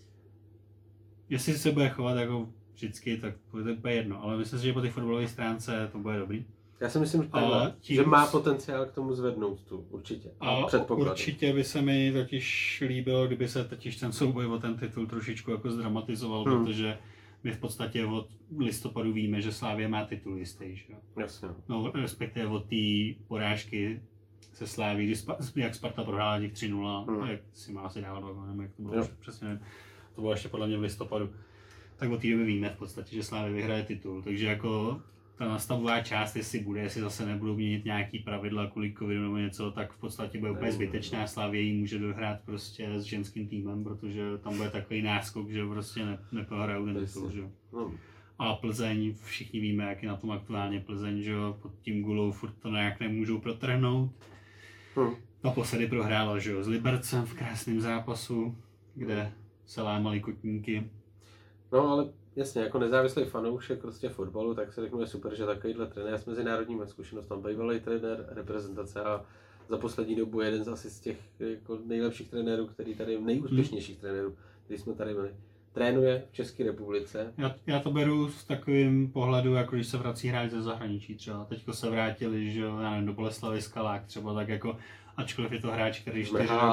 Jestli se bude chovat jako vždycky, tak to je úplně jedno, ale myslím si, že po té fotbalové stránce to bude dobrý. Já si myslím, že má potenciál k tomu zvednout tu, určitě. A určitě by se mi totiž líbilo, kdyby se totiž ten souboj o ten titul trošičku jako zdramatizoval, protože my v podstatě od listopadu víme, že Slavia má titul jistý, že jo? Jasně. No, respektive od té porážky se Slaví, jak Sparta prohrála těch 3-0, a jak si má asi dávat, nevím, jak to bylo přesně, nevím. To bylo ještě podle mě v listopadu. Tak od té doby víme v podstatě, že Slavia vyhraje titul, takže jako ta nastavová část, jestli zase nebudou měnit nějaký pravidla kvůli covidu nebo něco, tak v podstatě bude úplně zbytečná. Slavia ji může dohrát prostě s ženským týmem, protože tam bude takový náskok, že prostě nepohrajou ten titul, že? A Plzeň, všichni víme, jak je na tom aktuálně Plzeň, že jo, pod tím Gulou furt to nějak nemůžou protrhnout. Naposledy prohrála, že jo, s Libercem v krásném zápasu, kde se lámaly kotníky. No ale jasně, jako nezávislý fanoušek prostě fotbalu, tak se řeknu, je super, že takovýhle trenér s mezinárodním zkušeností, bývalý trenér reprezentace a za poslední dobu jeden z asi z těch jako nejlepších trenérů, který tady, nejúspěšnějších trenérů, který jsme tady měli, trénuje v České republice. Já to beru v takovém pohledu, jako když se vrací hráč ze zahraničí třeba. Teďko se vrátili, že jo, já nevím, do Boleslavy Skalák třeba, tak jako, ačkoliv je to hráč, který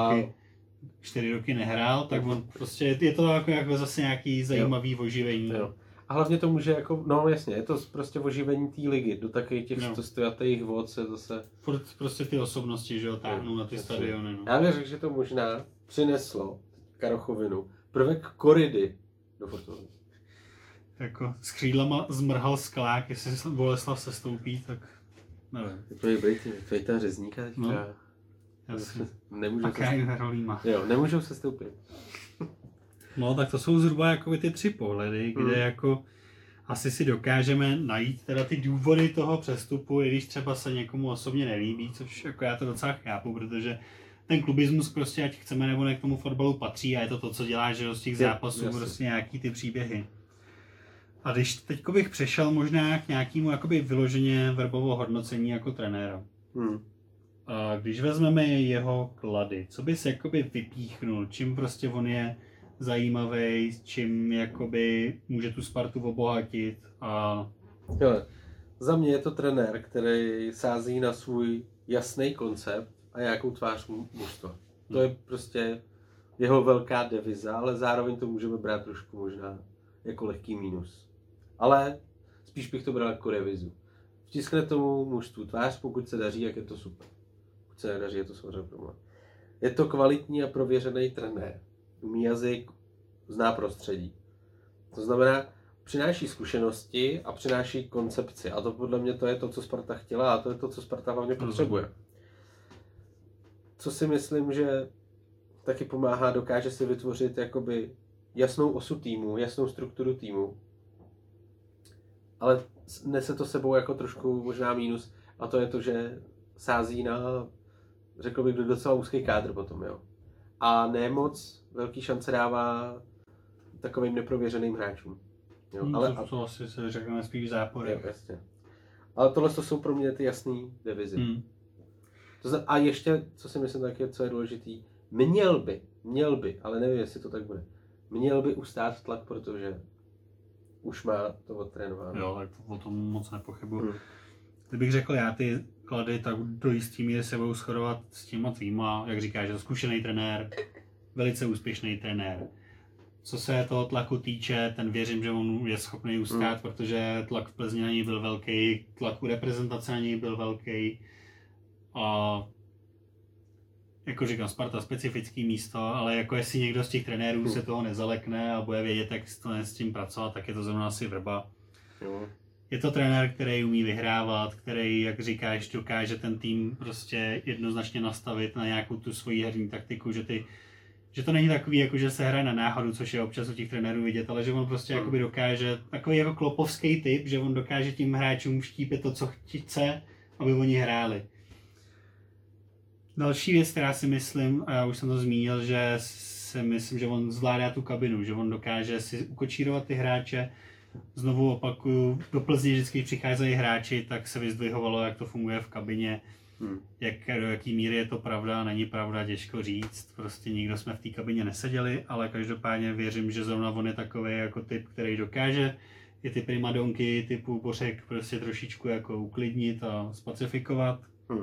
4 roky nehrál, tak on prostě je to jako zase nějaký zajímavý oživení. Jo. A hlavně to může jako, no jasně, je to prostě oživení té ligy, do takových těch stojatých vod se zase... Prostě ty osobnosti, že jo, táhnou na ty stadiony. No. Já bych řekl, že to možná přineslo Karochovinu prvek koridy do Fortuny. Jako s křídlama zmrhal Skalák, jestli Boleslav se stoupí, tak nevím. To je ta řezníka teďka. No. Nemůžou se stoupit. No tak to jsou zhruba jako ty 3 pohledy, kde jako asi si dokážeme najít teda ty důvody toho přestupu, i když třeba se někomu osobně nelíbí, což jako já to docela chápu, protože ten klubismus prostě, ať chceme nebo ne, k tomu fotbalu patří a je to, co dělá, že z těch zápasů prostě nějaký ty příběhy. A když teďko bych přešel možná k nějakému jakoby vyloženě verbového hodnocení jako trenéra. A když vezmeme jeho klady, co bys jakoby vypíchnul, čím prostě on je zajímavý, čím jakoby může tu Spartu obohatit a... Hele, za mě je to trenér, který sází na svůj jasný koncept a nějakou tvář mužstva. To je prostě jeho velká deviza, ale zároveň to můžeme brát trošku možná jako lehký mínus. Ale spíš bych to bral jako revizu. Vtiskne tomu mužstvu tvář, pokud se daří, jak je to super. Pokud se nedaří, je to samozřejmě problém. Je to kvalitní a prověřený trenér. Umí jazyk, zná prostředí. To znamená, přináší zkušenosti a přináší koncepci. A to podle mě to je to, co Sparta chtěla a to je to, co Sparta hlavně potřebuje. Co si myslím, že taky pomáhá, dokáže si vytvořit jakoby jasnou osu týmu, jasnou strukturu týmu. Ale nese to sebou jako trošku možná mínus a to je to, že sází na, řekl bych, docela úzký kádr potom, jo. A nemoc velký šance dává takovým neprověřeným hráčům. Jo. Ale to asi se řekneme spíš zápory. Jasně. Ale tohle to jsou pro mě ty jasný devizy. A ještě, co si myslím taky, co je důležitý, měl by, ale nevím, jestli to tak bude, měl by ustát tlak, protože už má to odtrénováno. Jo, tak o tom moc nepochybuji. Kdybych řekl já ty klady, tak do jistý míry se budou shodovat s těma tvýma, jak říkáš, že zkušený trenér, velice úspěšný trenér. Co se toho tlaku týče, ten věřím, že on je schopný ustát, protože tlak v Plzni na něj byl velký, tlak u reprezentace na něj byl velký. A jako říkám, Sparta specifický místo, ale jako jestli někdo z těch trenérů se toho nezalekne a bude vědět, jak s tím pracovat, tak je to zrovna asi Vrba. je to trenér, který umí vyhrávat, který, jak říkáš, dokáže ten tým prostě jednoznačně nastavit na nějakou tu svoji herní taktiku, že to není takový, jako že se hraje na náhodu, což je občas u těch trenérů vidět, ale že on prostě jakoby dokáže, takový jako klopovský typ, že on dokáže tím hráčům vštípit to, co chce, aby oni hráli. Další věc, která si myslím, a já už jsem to zmínil, že si myslím, že on zvládá tu kabinu, že on dokáže si ukočírovat ty hráče. Znovu opakuju, do Plzně vždycky, když přicházejí hráči, tak se vyzdvihovalo, jak to funguje v kabině, do jaký míry je to pravda, není pravda, těžko říct. Prostě nikdo jsme v té kabině neseděli, ale každopádně věřím, že zrovna on je takový jako typ, který dokáže i ty primadonky typu Bořek prostě trošičku jako uklidnit a spacifikovat.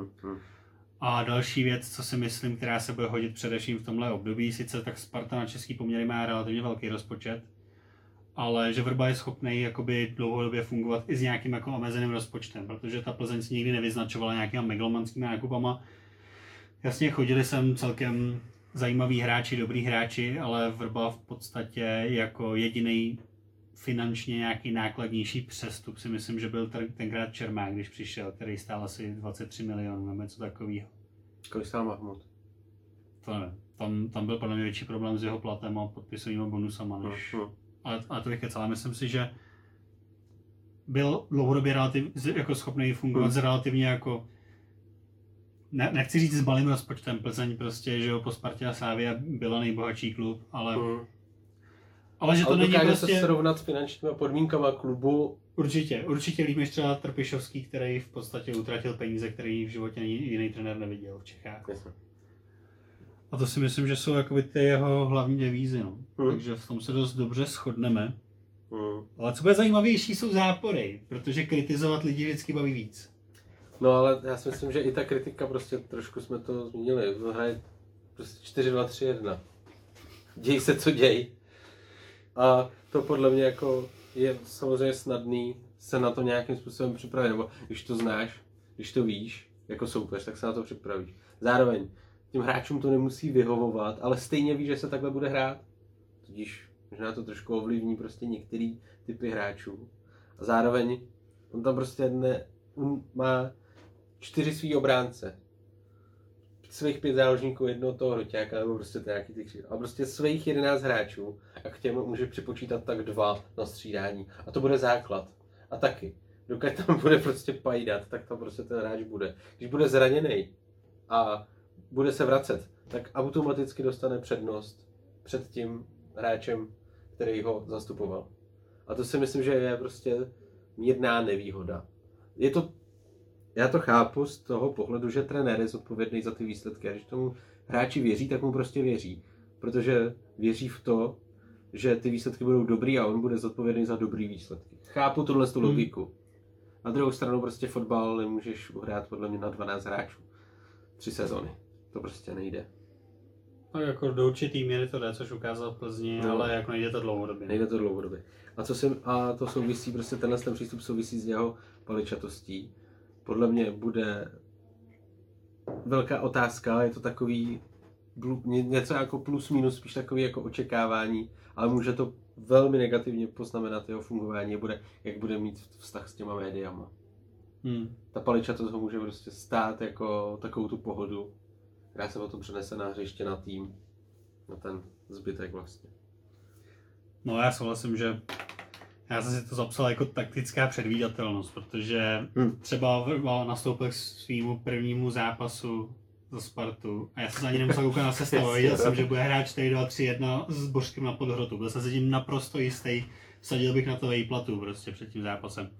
A další věc, co si myslím, která se bude hodit především v tomhle období, sice tak Sparta na český poměry má relativně velký rozpočet, ale že Vrba je schopný jakoby dlouhodobě fungovat i s nějakým jako omezeným rozpočtem, protože ta Plzeň si nikdy nevyznačovala nějakýma megalomanskými nákupama. Jasně, chodili sem celkem zajímaví hráči, dobrý hráči, ale Vrba v podstatě jako jediný finančně nějaký nákladnější přestup si myslím, že byl tenkrát Čermák, když přišel, který stál asi 23 milionů nebo něco takového. Kolik stál Mahmud? To nevím. Tam byl podle mě větší problém s jeho platem a podpisovými bonusama, než... Ale to bych kecal. Myslím si, že byl dlouhodobě jako schopný fungovat s relativně jako... Nechci říct s malým rozpočtem, Plzeň prostě, že jo, po Spartě a Slavii byla nejbohatší klub, ale... Ale že to není prostě... se srovnat s finančními podmínkama klubu. Určitě líp než třeba Trpišovský, který v podstatě utratil peníze, který v životě jiný trenér neviděl v Čechách. Jasně. A to si myslím, že jsou jakoby ty jeho hlavní devízy, no. Takže v tom se dost dobře shodneme. Ale co bude zajímavější, jsou zápory, protože kritizovat lidi vždycky baví víc. No ale já si myslím, že i ta kritika prostě trošku jsme to zmínili. Hraje prostě 4-2-3-1. Děj se, co děj. A to podle mě jako je samozřejmě snadný se na to nějakým způsobem připravit, nebo když to znáš, když to víš jako soupeř, tak se na to připravíš. Zároveň těm hráčům to nemusí vyhovovat, ale stejně víš, že se takhle bude hrát. Tudíž možná to trošku ovlivní prostě některý typy hráčů. A zároveň on tam prostě má 4 svý obránce. Svých 5 záložníků, jednoho toho hroťáka, nebo prostě nějaký ty křídla. A prostě svých 11 hráčů a k těm může připočítat tak 2 na střídání. A to bude základ. A taky, dokud tam bude prostě pajdat, tak tam prostě ten hráč bude. Když bude zraněný a bude se vracet, tak automaticky dostane přednost před tím hráčem, který ho zastupoval. A to si myslím, že je prostě mírná nevýhoda. Já to chápu z toho pohledu, že trenér je zodpovědný za ty výsledky. A když tomu hráči věří, tak mu prostě věří. Protože věří v to, že ty výsledky budou dobrý a on bude zodpovědný za dobrý výsledky. Chápu tuhle logiku. Na druhou stranu prostě fotbal nemůžeš uhrát podle mě na 12 hráčů. 3 sezony. To prostě nejde. No jako do určitý míry to jde, což ukázal v Plzni, ale jako nejde to dlouhodobě. Nejde to dlouhodobě. A to souvisí, prostě ten přístup souvisí s jeho paličatostí. Podle mě bude velká otázka, je to takový něco jako plus minus, spíš takový jako očekávání, ale může to velmi negativně poznamenat jeho fungování, jak bude mít vztah s těma médiama. Ta paličatost ho může prostě stát jako takovou tu pohodu, která se potom přenese na hřiště, na tým, na ten zbytek vlastně. No já souhlasím, že já jsem si to zapsal jako taktická předvídatelnost, protože třeba Vrba nastoupil k svýmu prvnímu zápasu za Spartu a já jsem ani nemusel koukat na sestavu, viděl jsem, že bude hrát 4-2-3-1 s Bořkem na Podhrotu, byl jsem se tím naprosto jistý, vsadil bych na to výplatu prostě před tím zápasem.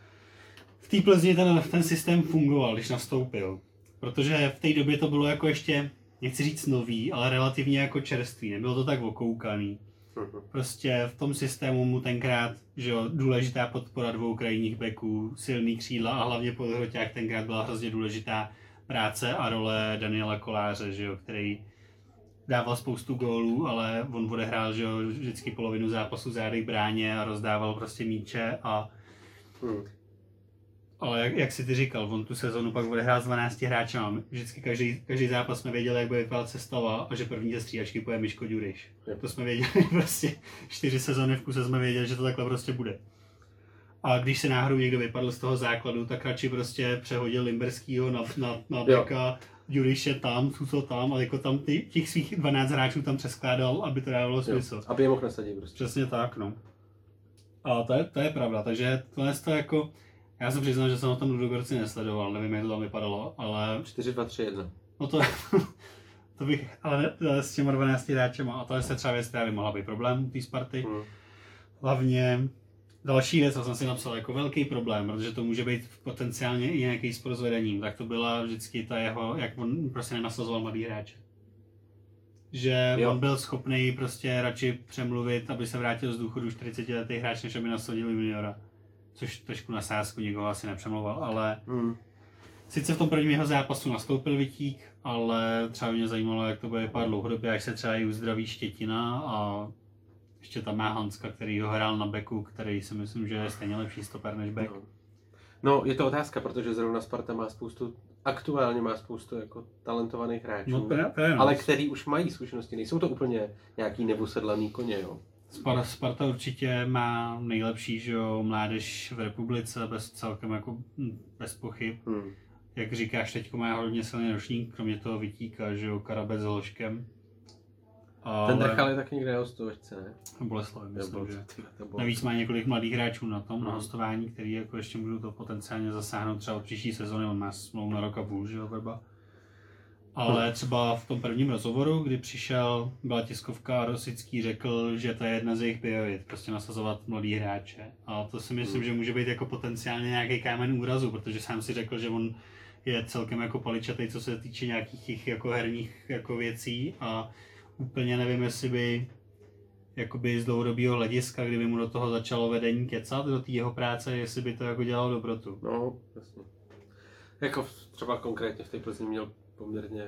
V té Plzni ten systém fungoval, když nastoupil, protože v té době to bylo jako ještě, nechci říct nový, ale relativně jako čerstvý, nebylo to tak okoukaný. Prostě v tom systému mu tenkrát, že jo, důležitá podpora 2 krajních beků, silný křídla a hlavně podhroťák tenkrát byla hrozně důležitá práce a role Daniela Koláře, že jo, který dával spoustu gólů, ale on odehrál, že jo, vždycky polovinu zápasu zády k bráně a rozdával prostě míče a ale jak si ty říkal, on tu sezonu pak odehrál s 12 hráči. Vždycky každý zápas jsme věděli, jak bude vypadat sestava a že první ze střídačky poje Miško Ďuriš. To jsme věděli prostě 4 sezony v kuse jsme věděli, že to takhle prostě bude. A když se náhodou někdo vypadl z toho základu, tak radši prostě přehodil Limberskýho na beka, Juriše tam, Suso tam a jako tam těch svých 12 hráčů tam přeskládal, aby to dávalo smysl. Aby je mohl nasadit prostě. Přesně tak, no. A to je pravda, takže tohle to jako, já jsem přiznal, že jsem o tom Ludogorci nesledoval, nevím, jak to tam vypadalo, ale... 4-2-3-1. No to bych, ale s těma 12 hráčema, a to je třeba věc, která by mohla být problém u té Sparty. Hlavně další věc, co jsem si napsal jako velký problém, protože to může být potenciálně i nějaký spor s vedením, tak to byla vždycky ta jeho, jak on prostě nenasazoval mladý hráče. Že on byl schopný prostě radši přemluvit, aby se vrátil z důchodu 40letý hráč, než aby nasadil juniora. Což trošku na sázku nikoho asi nepřemlouval, ale sice v tom prvním jeho zápasu nastoupil Vitík, ale třeba mě zajímalo, jak to bude vypadat dlouhodobě, až se třeba i uzdraví Štětina a ještě tam má Hanska, který ho hrál na beku, který si myslím, že je stejně lepší stoper než bek. No, je to otázka, protože zrovna Sparta aktuálně má spoustu jako talentovaných hráčů, ale který už mají zkušenosti, nejsou to úplně nějaký nevosedlaný koně, jo. Sparta určitě má nejlepší, že jo, mládež v republice, celkem jako bez pochyb. Jak říkáš, teďko má hodně silný ročník, kromě toho Vitíka, že jo, Karabec s Hloškem. Ale... Ten Drchal je tak někde na hostovačce, ne? Boleslav, myslím, že. Navíc má několik mladých hráčů na tom, na hostování, který jako ještě můžou to potenciálně zasáhnout třeba od příští sezóny, on má smlouvu na rok a půl, že jo, Vrba. Ale třeba v tom prvním rozhovoru, kdy byla tiskovka a Rosický řekl, že to je jedna z jejich priorit, prostě nasazovat mladý hráče. A to si myslím, že může být jako potenciálně nějaký kámen úrazu, protože sám si řekl, že on je celkem jako paličatý, co se týče nějakých těch jako herních jako věcí a úplně nevím, jestli by jakoby z dlouhodobého hlediska, kdyby mu do toho začalo vedení kecat, do té jeho práce, jestli by to jako dělalo dobrotu. No, jasně. Jako třeba konkrétně v té Plzni měl poměrně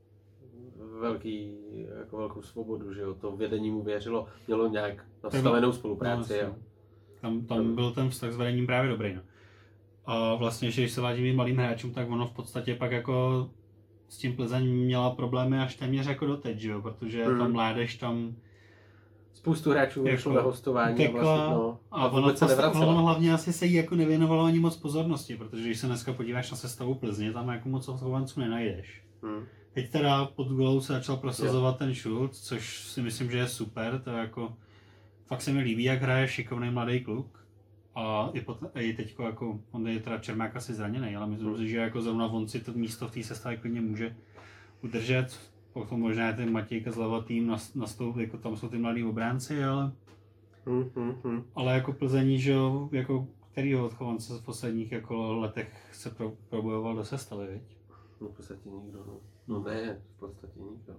velkou svobodu, že jo, to vedení mu věřilo, mělo nějak nastavenou spolupráci. Tam byl ten vztah s vedením právě dobrý, no. A vlastně, když se vážím malým hráčům, tak ono v podstatě pak jako s tím Plzeň měla problémy až téměř jako doteď, že jo, protože ta mládež tam... Spoustu hráčů jako na hostování tekla, a ono hlavně asi se jí jako nevěnovalo ani moc pozornosti, protože když se dneska podíváš na sestavu Plzně, tam jako moc hostovanců nenajdeš. Teď teda pod golou se začal prosazovat ten Schulz, což si myslím, že je super, to jako fakt se mi líbí, jak hraje šikovný mladý kluk. A i teďko jako, on je teda Čermák asi zraněný, ale myslím si, že jako zrovna on si to místo v té sestavě klidně může udržet. Potom možná ten Matějka zleva tým nastoupí, jako tam jsou ty mladí obránci, ale ale jako Plzeň, že jo, jako kterýho odchovance v posledních jako letech se probojoval do sestavy, viď? No v podstatě nikdo, no. No ne, v podstatě nikdo.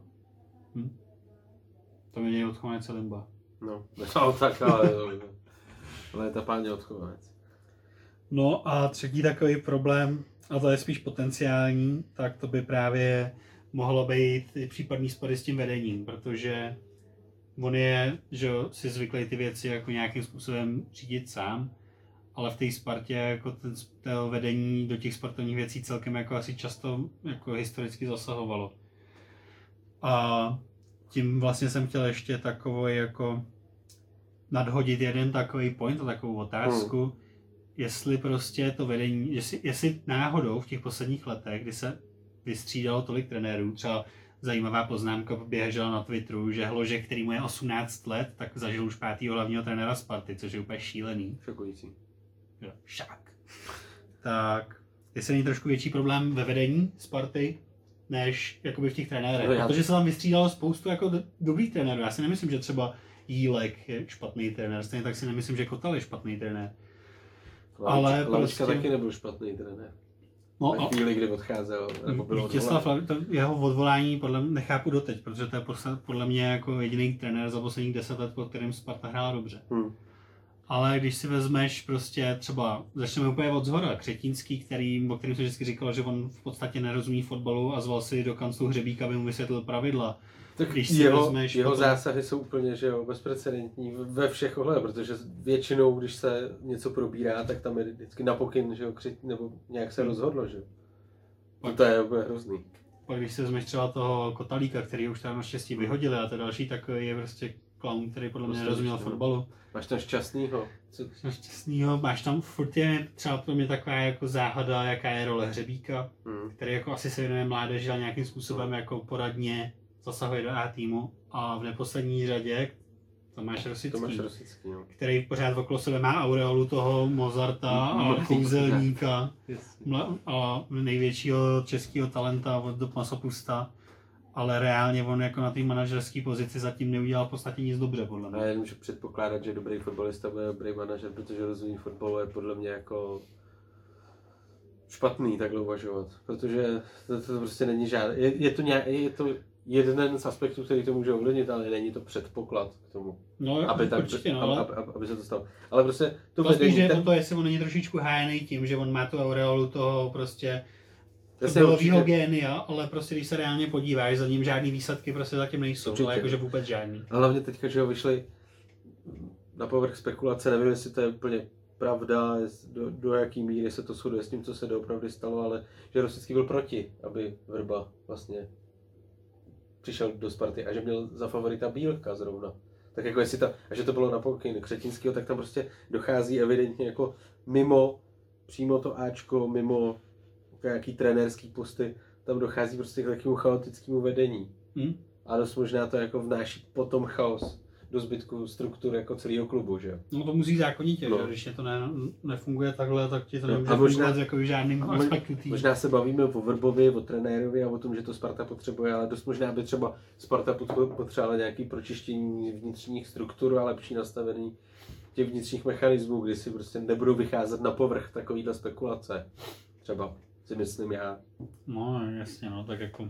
To mě je odchovanec Limba. No tak, ale je to páně odchovanec. No a třetí takový problém, a to je spíš potenciální, tak to by právě mohlo být případný spory s tím vedením, protože on je, že si zvyklý ty věci jako nějakým způsobem řídit sám, ale v té Spartě jako to vedení do těch sportovních věcí celkem jako asi často jako historicky zasahovalo. A tím vlastně jsem chtěl ještě takový jako nadhodit jeden takový point a takovou otázku, jestli prostě to vedení, jestli náhodou v těch posledních letech, kdy se vystřídalo tolik trenérů, třeba zajímavá poznámka běžela na Twitteru, že Hložek, který mu je 18 let, tak zažil už 5. hlavního trenéra Sparty, což je úplně šílený. Šokující. Jo, šak. Tak, jestli není trošku větší problém ve vedení Sparty, než jakoby v těch trenérech, protože se tam vystřídalo spoustu jako dobrých trenérů. Já si nemyslím, že třeba Jílek je špatný trenér, stejně tak si nemyslím, že Kotal je špatný trenér. Ale prostě... taky nebyl špatný trenér. No, ve chvíli, kdy odcházel, nebo bylo Vítězslav, jeho odvolání nechápu doteď, protože to je podle mě jako jediný trenér za posledních 10 let, po kterým Sparta hrála dobře. Ale když si vezmeš prostě třeba, začneme úplně od zhora, Křetínský, o kterém se vždycky říkal, že on v podstatě nerozumí fotbalu a zval si do kanclu Hřebíka, aby mu vysvětlil pravidla. Tak když si vezmeš jeho zásahy jsou úplně že jo, bezprecedentní ve všech ohledech, protože většinou, když se něco probírá, tak tam je vždycky na pokyn, že jo, nebo nějak se rozhodlo, že jo. To je úplně hrozný. Pak když si vezmeš třeba toho Kotalíka, který už tam naštěstí vyhodili a to další, tak je prostě klaun, který podle mě Prostě nerozuměl řečeno. fotbalu. Máš tam šťastnýho. Šťastnýho, máš tam furt je třeba pro mě taková jako záhada, jaká je role Hřebíka, který jako asi se věnuje mládeži, ale nějakým způsobem jako poradně zasahuje do A týmu. A v neposlední řadě Tomáš Rosický, no. který pořád okolo sebe má aureolu toho Mozarta a kouzelníka a největšího českého talenta od Masopusta. Ale reálně on jako na té manažerské pozici zatím neudělal v podstatě nic dobře, podle mě. A já nemůžu předpokládat, že dobrý fotbalista bude dobrý manažer, protože rozumí fotbalu je podle mě jako špatný takhle uvažovat. Protože to prostě není žádný. Je to jeden z aspektů, který to může ovlivnit, ale není to předpoklad k tomu. No, aby tak, určitě, no, ale... aby se to stalo. Ale prostě to spíš jde o to, jestli on není trošičku hájený tím, že on má tu aureolu toho prostě fotbalového génia, ale prostě když se reálně podíváš, za ním žádný výsledky prostě zatím nejsou, určitě. Ale jakože vůbec žádný. A hlavně teďka, že ho vyšly na povrch spekulace, nevím, jestli to je úplně pravda, do jaký míry se to shoduje s tím, co se doopravdy stalo, ale že Rosický byl proti, aby Vrba vlastně přišel do Sparty a že měl za favorita Bílka zrovna. Tak jako jestli a že to bylo na pokyn Křetínského, tak tam prostě dochází evidentně jako mimo přímo to Ačko, mimo nějaký trenérský posty, tam dochází prostě k takovému chaotickému vedení. A dost možná to jako vnáší potom chaos do zbytku struktur jako celého klubu, že jo? No to musí zákonitě, že? Když to nefunguje takhle, tak ti to nemůže fungovat jako v žádným aspektu tý. Možná se bavíme o Vrbovi, o trenérovi a o tom, že to Sparta potřebuje, ale dost možná by třeba Sparta potřebovala nějaký pročištění vnitřních struktur a lepší nastavení těch vnitřních mechanismů, kdy si prostě nebudou vycházet na povrch takovýhle spekulace. Třeba si myslím já. No jasně, no tak jako,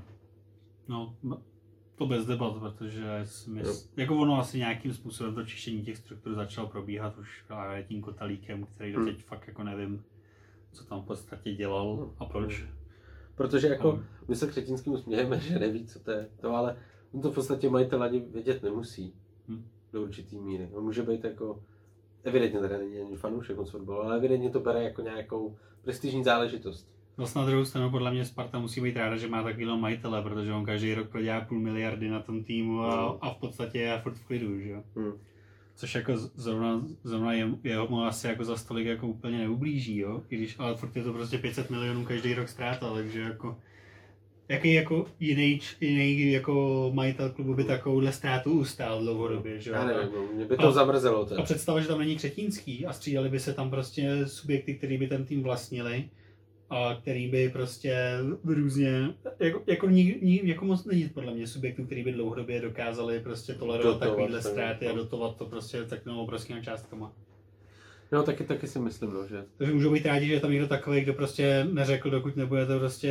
no to bez debat, protože jako ono asi nějakým způsobem to čištění těch struktur začalo probíhat už právě tím Kotalíkem, který doteď fakt jako nevím, co tam v podstatě dělal a proč. Protože jako my se Křetínským smějeme, že neví, co to je to, ale on to v podstatě majitel ani vědět nemusí do určitý míry. On může být jako, evidentně teda není ani fanoušek moc fotbalu, ale evidentně to bere jako nějakou prestižní záležitost. Vlastně na druhou stranu podle mě Sparta musí být ráda, že má takovýhle majitele, protože on každý rok prodělá 500 miliardy na tom týmu a v podstatě je furt v klidu, že jo. Což jako zrovna jeho asi jako za stolik jako úplně neublíží, jo. I když, ale furt je to prostě 500 milionů každý rok ztráta, takže jako jaký jako jiný jako majitel klubu by takovouhle ztrátu ustál dlouhodobě, že jo. Já nevím, mě by to zamrzelo. A představa, že tam není Křetínský a střídali by se tam prostě subjekty, který by ten tým vlastnili, a který by prostě různě, jako moc není podle mě subjektů, který by dlouhodobě dokázali prostě tolerovat takovýhle ztráty a dotovat to prostě takovými obrovskými částkama. No taky si myslím, no, že... Takže můžou být rádi, že je tam někdo takový, kdo prostě neřekl, dokud nebudete prostě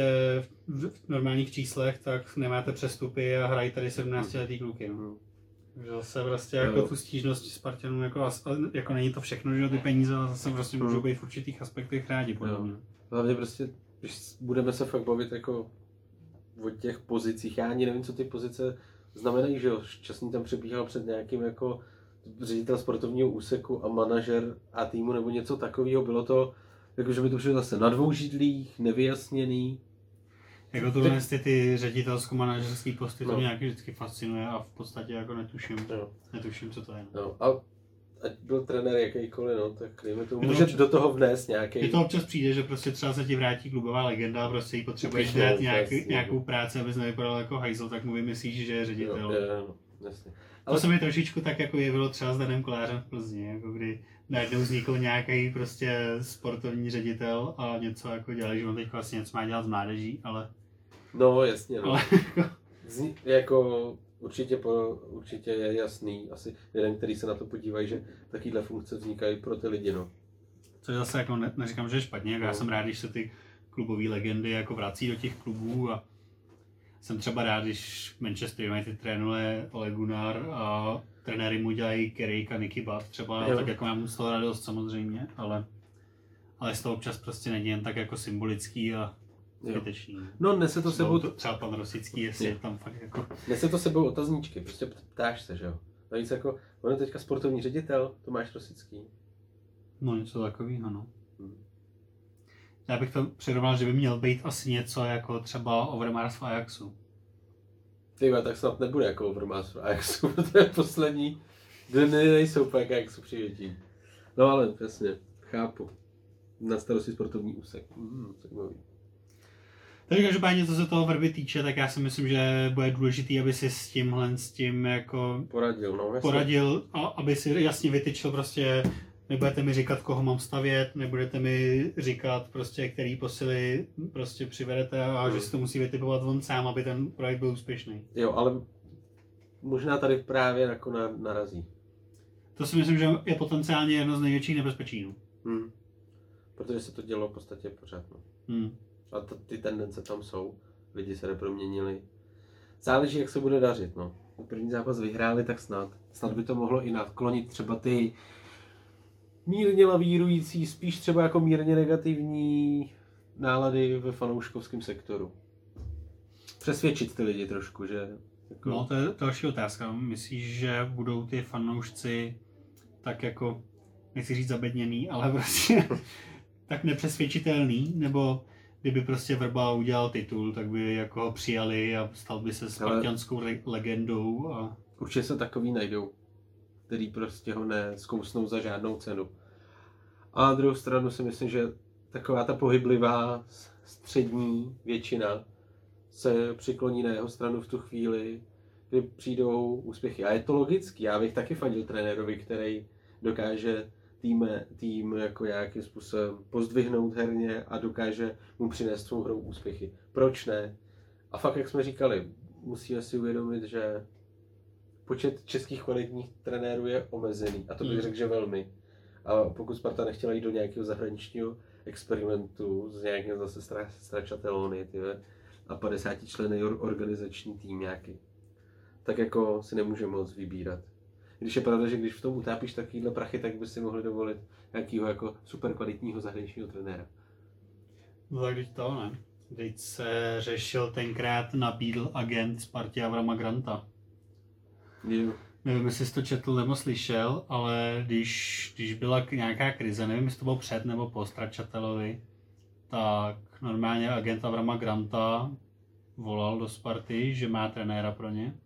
v normálních číslech, tak nemáte přestupy a hrají tady 17letý kluky, no. Takže zase prostě jako tu stížnost Spartanů, jako není to všechno, že ty peníze, ale zase prostě můžou být v určitých aspektech rádi, podle mě. Hlavně prostě, když budeme se fakt bavit jako o těch pozicích, já ani nevím, co ty pozice znamenají, že jo, Šťastný tam přebíhal před nějakým jako ředitel sportovního úseku a manažer a týmu nebo něco takového, bylo to, jako že by to šlo zase na dvou židlích, nevyjasněný. Jako tohle ty ředitelsko-manažerský posty, to mě nějaký vždycky fascinuje a v podstatě jako netuším, co to je. No, a ať byl trenér jakýkoliv, no, tak dejme tomu, může do toho vnést nějaký... Je to občas přijde, že prostě třeba se ti vrátí klubová legenda a prostě jí potřebuješ dát nějakou práci, abys nevypadal jako hajzl, tak mu vymyslíš, že je ředitel. No, jasně. Ale to se mi trošičku tak jako jevilo třeba s Danem Kolářem v Plzni, jako kdy najednou vznikl nějaký prostě sportovní ředitel a něco jako dělá, že on teď vlastně něco má dělat s mládeží, ale... No jasně, no. Ale... jako určitě je jasný, asi jeden, který se na to podívají, že takovýhle funkce vznikají pro ty lidi, no. Což zase jako neříkám, že je špatně, jako já jsem rád, když se ty klubové legendy jako vrací do těch klubů a jsem třeba rád, když Manchester United trénuje Ole Gunnar a trenéry mu dělají Carrick a Nicky Butt třeba, tak jako mám z toho radost samozřejmě, ale z toho občas prostě není jen tak jako symbolický a zbytečný. No nese to sebou... Třeba pan Rosický, jestli je tam fakt jako... Nese to sebou otazníčky, prostě ptáš se, že jo. Navíc jako, on je teďka sportovní ředitel, Tomáš Rosický. No něco takového, no. Já bych to přirovnal, že by měl být asi něco jako třeba Overmars v Ajaxu. Tyba, tak snad nebude jako Overmars a jak jsou to poslední dny nejsou pak jak jsou přijetí. No ale přesně, chápu. Na starosti sportovní úsek. Zajímavý. Takže každopádně, co se toho Vrby týče, tak já si myslím, že bude důležitý, aby si s tím jako poradil a aby si jasně vytyčil prostě, nebudete mi říkat, koho mám stavět, nebudete mi říkat prostě, který posily prostě přivedete a že si to musí vytipovat on sám, aby ten projekt byl úspěšný. Jo, ale možná tady právě jako narazí. To si myslím, že je potenciálně jedno z největších nebezpečí. Protože se to dělo v podstatě pořád. A ty tendence tam jsou, lidi se neproměnili. Záleží, jak se bude dařit. No. První zápas vyhráli, tak snad by to mohlo i nadklonit třeba ty mírně lavírující, spíš třeba jako mírně negativní nálady ve fanouškovském sektoru. Přesvědčit ty lidi trošku, že... Jako... No, to je další otázka. Myslíš, že budou ty fanoušci tak jako, nechci říct zabedněný, ale prostě tak nepřesvědčitelný, nebo kdyby prostě Vrba udělal titul, tak by jako ho přijali a stal by se spartianskou legendou a... Určitě se takový najdou, který prostě ho nezkousnou za žádnou cenu. A na druhou stranu si myslím, že taková ta pohyblivá střední většina se přikloní na jeho stranu v tu chvíli, kdy přijdou úspěchy. A je to logický, já bych taky fandil trenérovi, který dokáže tým jako nějakým způsobem pozdvihnout herně a dokáže mu přinést svou hrou úspěchy. Proč ne? A fakt, jak jsme říkali, musíme si uvědomit, že počet českých kvalitních trenérů je omezený. A to bych řekl, že velmi. A pokud Sparta nechtěla jít do nějakého zahraničního experimentu s nějakým zase Stracciateloni a 50 členy organizační tým nějaký, tak jako si nemůže moc vybírat. Když je pravda, že když v tom utápíš takovýhle prachy, tak by si mohli dovolit nějakého jako super kvalitního zahraničního trenéra. No tak teď to ne. Teď se řešil tenkrát nabídl agent Spartě Avrama Granta. Jo. Nevím, jestli jsi to četl nebo slyšel, ale když byla nějaká krize, nevím, jestli to bylo před nebo po Stracciatelovi, tak normálně agent Avrama Granta volal do Sparty, že má trenéra pro ně.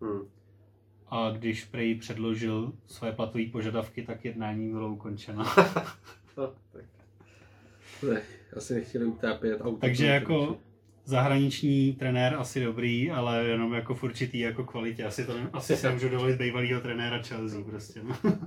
A když prej předložil své platové požadavky, tak jednání bylo ukončeno. No, tak. Ne, asi nechtěli utápět auto. Takže jako zahraniční trenér asi dobrý, ale jenom jako v určitý jako kvalitě. Asi se můžu dovolit bývalýho trenéra Chelsea prostě.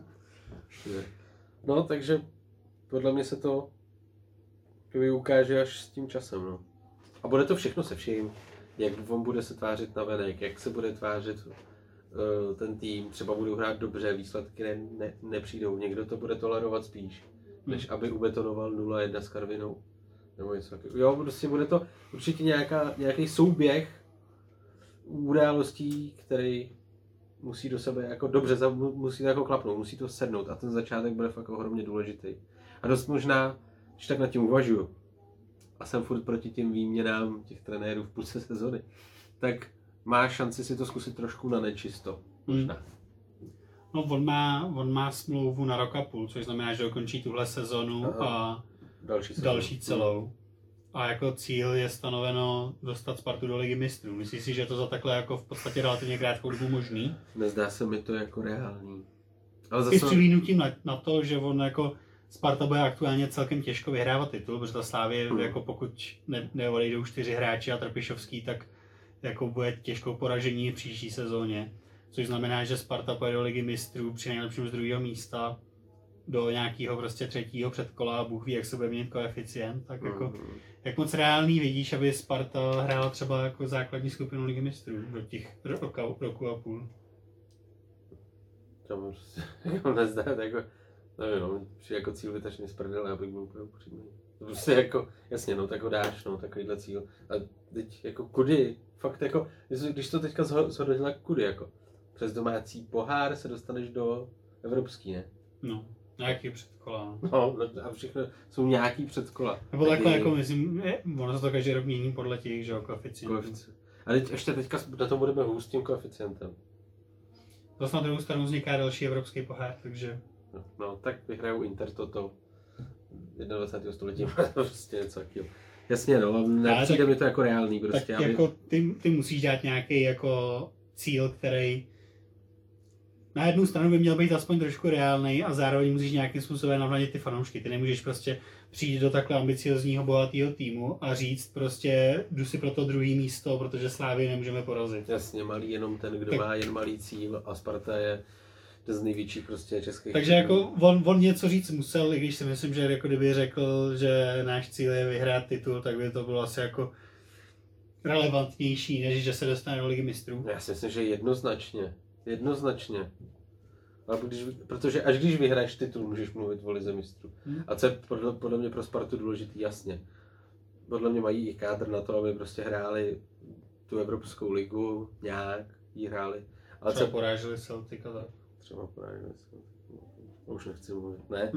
No, takže podle mě se to ukáže až s tím časem. No. A bude to všechno se vším. Jak on bude se tvářit na venek, jak se bude tvářit ten tým, třeba budou hrát dobře, výsledky nepřijdou, někdo to bude tolerovat spíš, než aby ubetonoval 0-1 s Karvinou. Nebo něco takového. Jo, prostě bude to určitě nějaký souběh událostí, který musí do sebe jako dobře, musí to jako klapnout, musí to sednout a ten začátek bude fakt ohromně důležitý. A dost možná, když tak nad tím uvažuju, a jsem furt proti těm výměnám těch trenérů v půlce sezony, tak má šanci si to zkusit trošku na nečisto. Možná. No, on má smlouvu na rok a půl, což znamená, že dokončí tuhle sezonu a další celou. A jako cíl je stanoveno dostat Spartu do Ligy mistrů. Myslíš si, že to za takhle jako v podstatě relativně krátkou dobu možný? Nezdá se mi to jako reálný. Ale zase... I s přilínutím na to, že on jako Sparta bude aktuálně celkem těžko vyhrávat titul, protože ta Slávě, jako pokud neodejdou 4 hráči a Trpišovský, tak jako bude těžkou poražení v příští sezóně. Což znamená, že Sparta pojede do Ligy mistrů při nejlepším z 2. místa do nějakého prostě 3. předkola a Bůh ví, jak se bude měnit koeficient. Tak jako, jak moc reálný vidíš, aby Sparta hrála třeba jako základní skupinu Ligy mistrů do těch roku a půl? To prostě nezdá, jako, nevím, no, přijde jako cíl vytažený z prdele, abych byl úplně upřímný. To prostě jako, jasně, no, tak ho dáš, no, takovýhle cíl. A teď jako kudy, fakt jako, když to teďka zhodnotila kudy, jako, přes domácí pohár se dostaneš do evropský, ne? No, nějaký předkola. No, a všechno jsou nějaký předkola. Nebo takhle jako myslím, ono se to každý rok mění podle těch, že jo, koeficientů. A ještě teďka na tom budeme hůř s tím koeficientem. Zase na druhou stranu vzniká další evropský pohár, takže... No, tak vyhrajou Inter toto 21. století, prostě něco takového. Jasně, no, nepřijde mi to jako reálný prostě. Tak jako ty musíš dát nějaký jako cíl, který na jednu stranu by měl být aspoň trošku reálnej a zároveň musíš nějakým způsobem navnadit ty fanoušky. Ty nemůžeš prostě přijít do takhle ambiciozního, bohatého týmu a říct prostě jdu si pro to druhý místo, protože Slávy nemůžeme porazit. Jasně, malý jenom ten, kdo má jen malý cíl a Sparta je z největších prostě českých. Takže jako on něco říct musel, i když si myslím, že jako kdyby řekl, že náš cíl je vyhrát titul, tak by to bylo asi jako relevantnější, než že se dostane do Ligy mistrů. Já si myslím, že jednoznačně. Protože až když vyhraješ titul, můžeš mluvit o Lize mistrů. A co je podle mě pro Spartu důležitý, jasně. Podle mě mají i kádr na to, aby prostě hráli tu Evropskou ligu, nějak jí hráli. Ale třeba poráželi Celtic a tak. Třeba poráželi Celtic, už nechci mluvit, ne.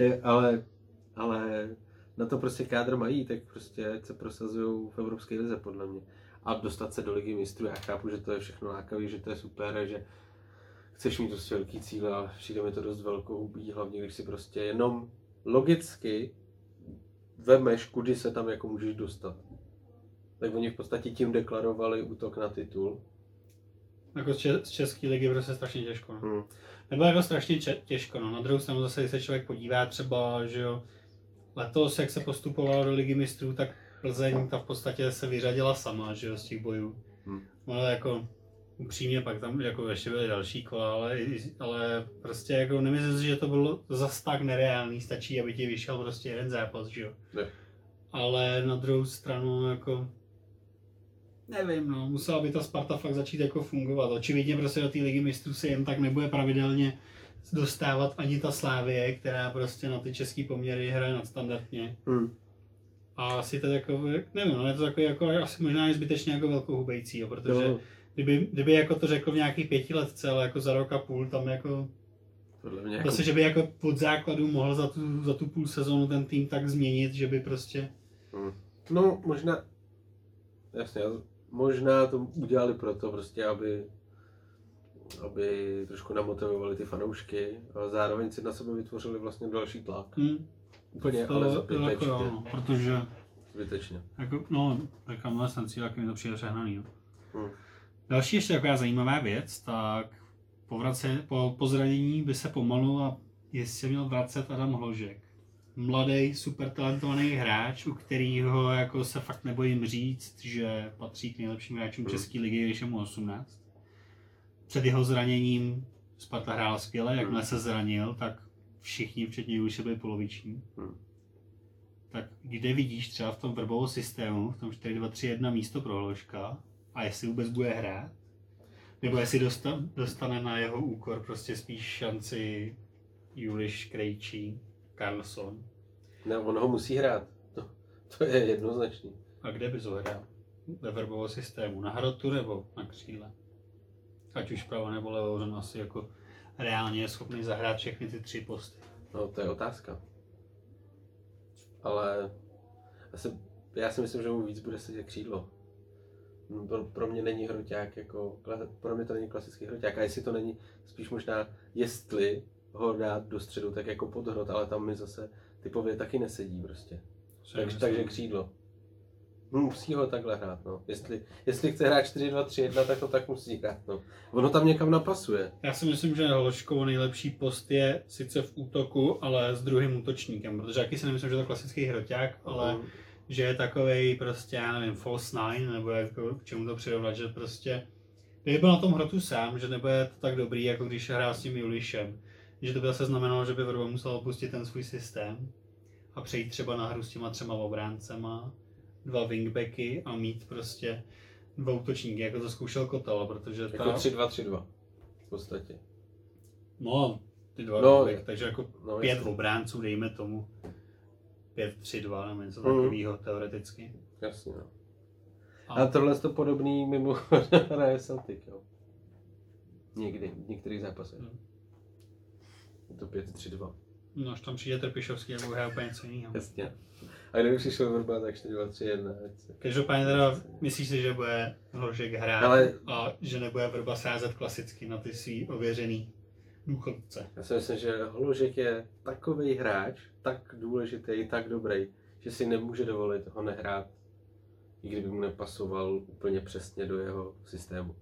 ale na to prostě kádr mají, tak prostě se prosazují v Evropské lize podle mě. A dostat se do Ligy mistrů, já chápu, že to je všechno lákavý, že to je super a že chceš mít prostě velký cíle a přijde mi to dost velkou hubí, hlavně když si prostě jenom logicky vemeš, kudy se tam jako můžeš dostat. Tak oni v podstatě tím deklarovali útok na titul. Jako z české ligy prostě strašně těžko. No. Nebo jako strašně těžko, no. Na druhou stranu zase, když se člověk podívá třeba, že jo, letos, jak se postupovalo do Ligy mistrů, tak Plzeň ta v podstatě se vyřadila sama, že jo, z těch bojů. Ale jako upřímně pak tam jako ještě byly další kola, ale prostě jako nemyslím si, že to bylo zas tak nereálný, stačí, aby ti vyšel prostě jeden zápas, že jo. Ne. Ale na druhou stranu jako nevím, no, musela by ta Sparta fakt začít jako fungovat. Očividně prostě do té Ligy mistrů se jen tak nebude pravidelně dostávat ani ta Slavie, která prostě na ty český poměry hraje nadstandardně. A asi to jako, nevím, no, je to takový jako asi možná je zbytečně jako velkohubejcí, jo, protože kdyby jako to řekl v nějakých 5 letce, ale jako za rok a půl tam jako prostě, že by jako pod základu mohl za tu půl sezónu ten tým tak změnit, že by prostě No možná jasně, možná to udělali proto prostě, aby trošku namotivovali ty fanoušky a zároveň si na sebe vytvořili vlastně další tlak. Úplně, to, ale zbytečně. jako jo, no, protože zbytečně. Jako, no, říkám, ten cíl, jak mi to přijde přehnaný. No. Další ještě taková zajímavá věc, tak po zranění by se pomalu a jestli měl vracet Adam Hložek. Mladý, super talentovaný hráč, u kterého jako se fakt nebojím říct, že patří k nejlepším hráčům České ligy, když je mu 18. Před jeho zraněním Sparta hrála skvěle, jakmile se zranil, tak všichni, včetně Juliše, byli poloviční. Tak kde vidíš třeba v tom Vrbovou systému, v tom 4-2-3-1 místo pro Hložka a jestli vůbec bude hrát? Nebo jestli dostane na jeho úkor prostě spíš šanci Juliš, Krejčí, Karlsson? Ne, on ho musí hrát. To je jednoznačný. A kde bys ho hrál? Ve Vrbovou systému? Na hrotu nebo na křídle? Ať už pravo nebo levo, on asi jako reálně je schopný zahrát všechny ty 3 posty. No to je otázka. Ale já si myslím, že mu víc bude sedět křídlo. Pro mě není hroťák jako, pro mě to není klasický hroťák. A jestli to není spíš možná, jestli ho dát do středu, tak jako podhrot, ale tam mi zase typově taky nesedí prostě. Takže křídlo. Musí ho takhle hrát, no. Jestli chce hrát 4-2-3-1, tak to tak musí hrát, no. Ono tam někam napasuje. Já si myslím, že Hložkovo nejlepší post je sice v útoku, ale s druhým útočníkem, protože jaký si nemyslím, že to je klasický hroťák, ale že je takovej prostě, já nevím, false nine, nebo jako k čemu to přirovnat, že prostě kdyby byl na tom hrotu sám, že nebude to tak dobrý, jako když hrál s tím Julišem. Že to by zase znamenalo, že by Vrba musel opustit ten svůj systém a přejít třeba na hru s těma 3 obráncema, 2 wingbacky a mít prostě 2 útočníky, jako to zkoušel Kotal, protože jako 3-2-3-2 v podstatě. No, ty 2 wingback, takže jako 5 obránců, dejme tomu 5-3-2 nebo něco takového teoreticky. Jasně, no. A tohle je to podobný mimo hraje Celtic, jo. Někdy, v některých zápasech. Je to 5-3-2. No, až tam přijde Trpišovský, nebo hrá úplně něco jiného. Jasně. A kdyby přišel Vrba, tak 4-2-3-1. Každopádně teda myslíš si, že bude Hložek hrát a že nebude Vrba sázet klasicky na ty svý ověřený důchodce? Já si myslím, že Hložek je takovej hráč, tak důležitý, tak dobrý, že si nemůže dovolit ho nehrát, i kdyby mu nepasoval úplně přesně do jeho systému.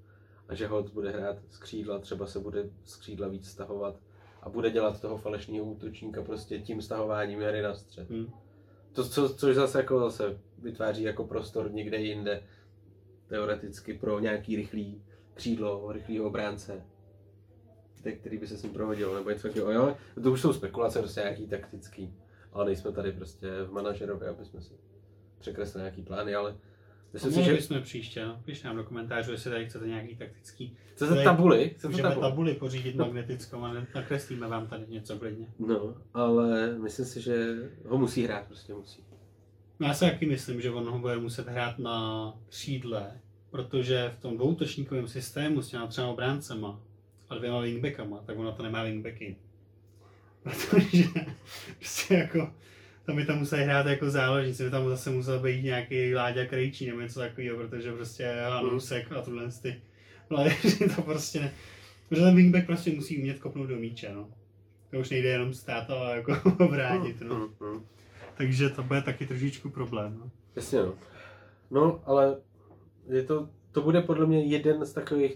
a že Holt bude hrát z křídla, třeba se bude z křídla víc stahovat a bude dělat toho falešného útočníka prostě tím stahováním hry na střed. Což zase vytváří jako prostor někde jinde, teoreticky pro nějaký rychlý křídlo, rychlýho obránce, který by se s ním prohodil, nebo něco takového. Jo? To už jsou spekulace, prostě nějaký taktický, ale nejsme tady prostě v manažerovi, aby jsme si překreslili nějaký plány, ale myslím si, že bychom příště, no. Pište nám do komentářů, jestli tady chcete nějaký taktický. Chcete tabuly? Můžeme tabuly pořídit magnetickou a nakreslíme vám tady něco klidně. No, ale myslím si, že ho musí hrát, prostě musí. No, já si taky myslím, že on ho bude muset hrát na křídle, protože v tom dvoutočníkovém systému s těma třema obráncema a 2 wingbackama, tak ono to nemá wingbacky. Protože prostě jako tam by tam museli hrát jako záložníci, by tam zase musel být nějaký Láďa Krejčí nebo něco takového, protože prostě Hanousek a tuhle ty mladeži to prostě ne. Protože ten wingback prostě musí umět kopnout do míče, no. To už nejde jenom stát, ale jako obránit, no. Takže to bude taky trošičku problém, no. Jasně, no. No, ale to bude podle mě jeden z takových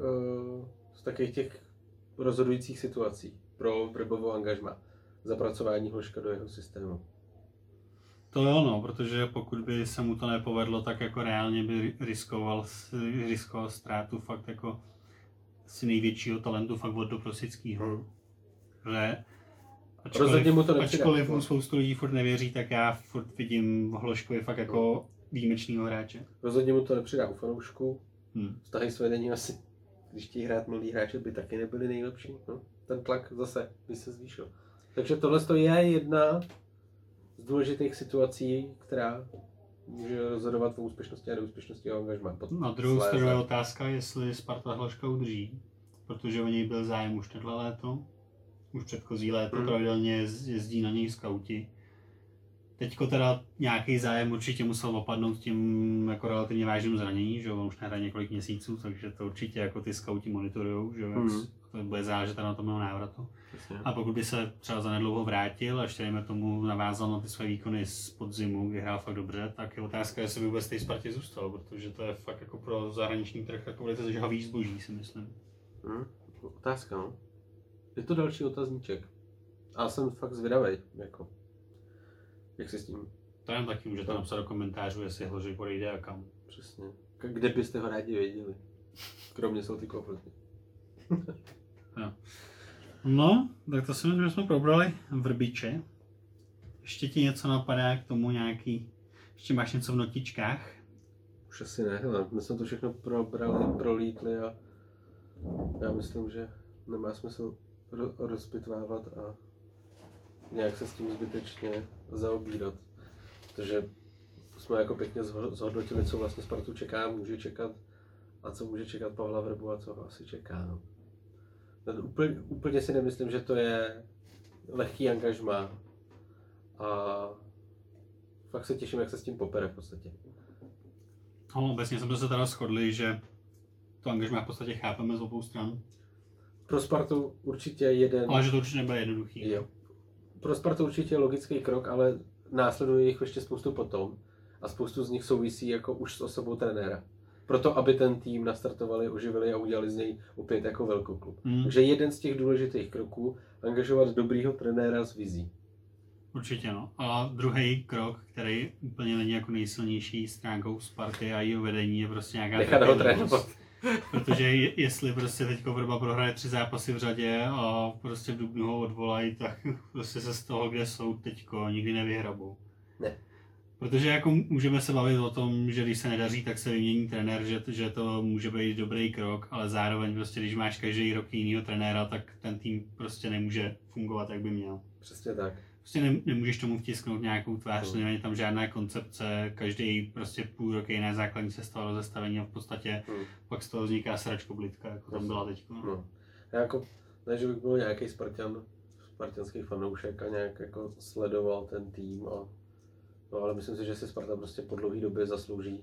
těch rozhodujících situací pro Vrbovo angažmá. Zapracování Hložka do jeho systému. To jo, no, protože pokud by se mu to nepovedlo, tak jako reálně by riskoval ztrátu fakt jako si největšího talentu fakt od Dobrosickýho. Že ačkoliv mu spoustu lidí furt nevěří, tak já furt vidím v Hložkovi fakt jako výjimečného hráče. Rozhodně mu to nepřidá u fanoušku. Vztahy s vedením asi, když chtějí hrát mladí hráči, by taky nebyli nejlepší. No, ten tlak zase by se zvýšil. Takže tohle je jedna z důležitých situací, která může rozhodovat o úspěšnosti a neúspěšnosti jeho angažmá. Na druhou stranu je otázka, jestli Sparta Hložka udrží, protože o něj byl zájem už tohle léto, už předchozí léto, pravidelně jezdí na něj skauti. Teďko teda nějaký zájem určitě musel opadnout tím jako relativně vážným zranění, že on už nehraje několik měsíců, takže to určitě jako ty skauti monitorujou, že to bude záležet na tom jeho návratu. A pokud by se třeba zanedlouho vrátil a ještě dejme tomu navázal na ty své výkony z podzimu, kdy hrál fakt dobře, tak je otázka, jestli by vůbec v té Spartě zůstal, protože to je fakt jako pro zahraniční trh jako velice zažhavý zboží, si myslím. Otázka, no. Je to další otazníček. A jsem fakt zvědavej, jako. Jak si s tím? To jen taky můžete napsat do komentářů, jestli Hložek odejde a kam. Přesně. Kde byste ho rádi věděli? Kromě jsou ty koproti. No, tak to si myslím, že jsme probrali Vrbiče. Ještě ti něco napadá k tomu nějaký... Ještě máš něco v notičkách? Už asi ne, hele, my jsme to všechno prolítli a já myslím, že nemá smysl rozpitvávat a nějak se s tím zbytečně zaobírat. Protože jsme jako pěkně zhodnotili, co vlastně Spartu čeká, může čekat a co může čekat Pavla Vrbu a co ho asi čeká. No. Úplně si nemyslím, že to je lehký angažmá a fakt se těším, jak se s tím popere v podstatě. No, obecně jsme se teda shodli, že to angažmá v podstatě chápeme z obou stran. Pro Spartu určitě jeden... Ale že to určitě nebude jednoduchý. Jo. Pro Spartu určitě logický krok, ale následuje jich ještě spoustu potom a spoustu z nich souvisí jako už s osobou trenéra. Proto, aby ten tým nastartovali, oživili a udělali z něj opět jako velkoklub. Takže jeden z těch důležitých kroků, angažovat dobrýho trenéra s vizí. Určitě no. A druhý krok, který úplně není jako nejsilnější stránkou Sparty a jejího vedení, je prostě nějaká nechat ho trénovat. Protože jestli prostě teďko Vrba prohraje 3 zápasy v řadě a prostě v dubnu ho odvolají, tak prostě se z toho, kde jsou teďko, nikdy nevyhrabou. Ne. Protože jako můžeme se bavit o tom, že když se nedaří, tak se vymění trenér, že to může být dobrý krok, ale zároveň prostě, když máš každý rok jinýho trenéra, tak ten tým prostě nemůže fungovat, jak by měl. Přesně tak. Prostě nemůžeš tomu vtisknout nějakou tvář, není tam žádná koncepce, každý prostě půl rok jiná základní sestava rozestavení a v podstatě pak z toho vzniká sračko blitka, jako tam byla teďko. No. Já jako, ne, že bych byl nějaký spartanský fanoušek a nějak jako sledoval ten tým no, ale myslím si, že si Sparta prostě po dlouhé době zaslouží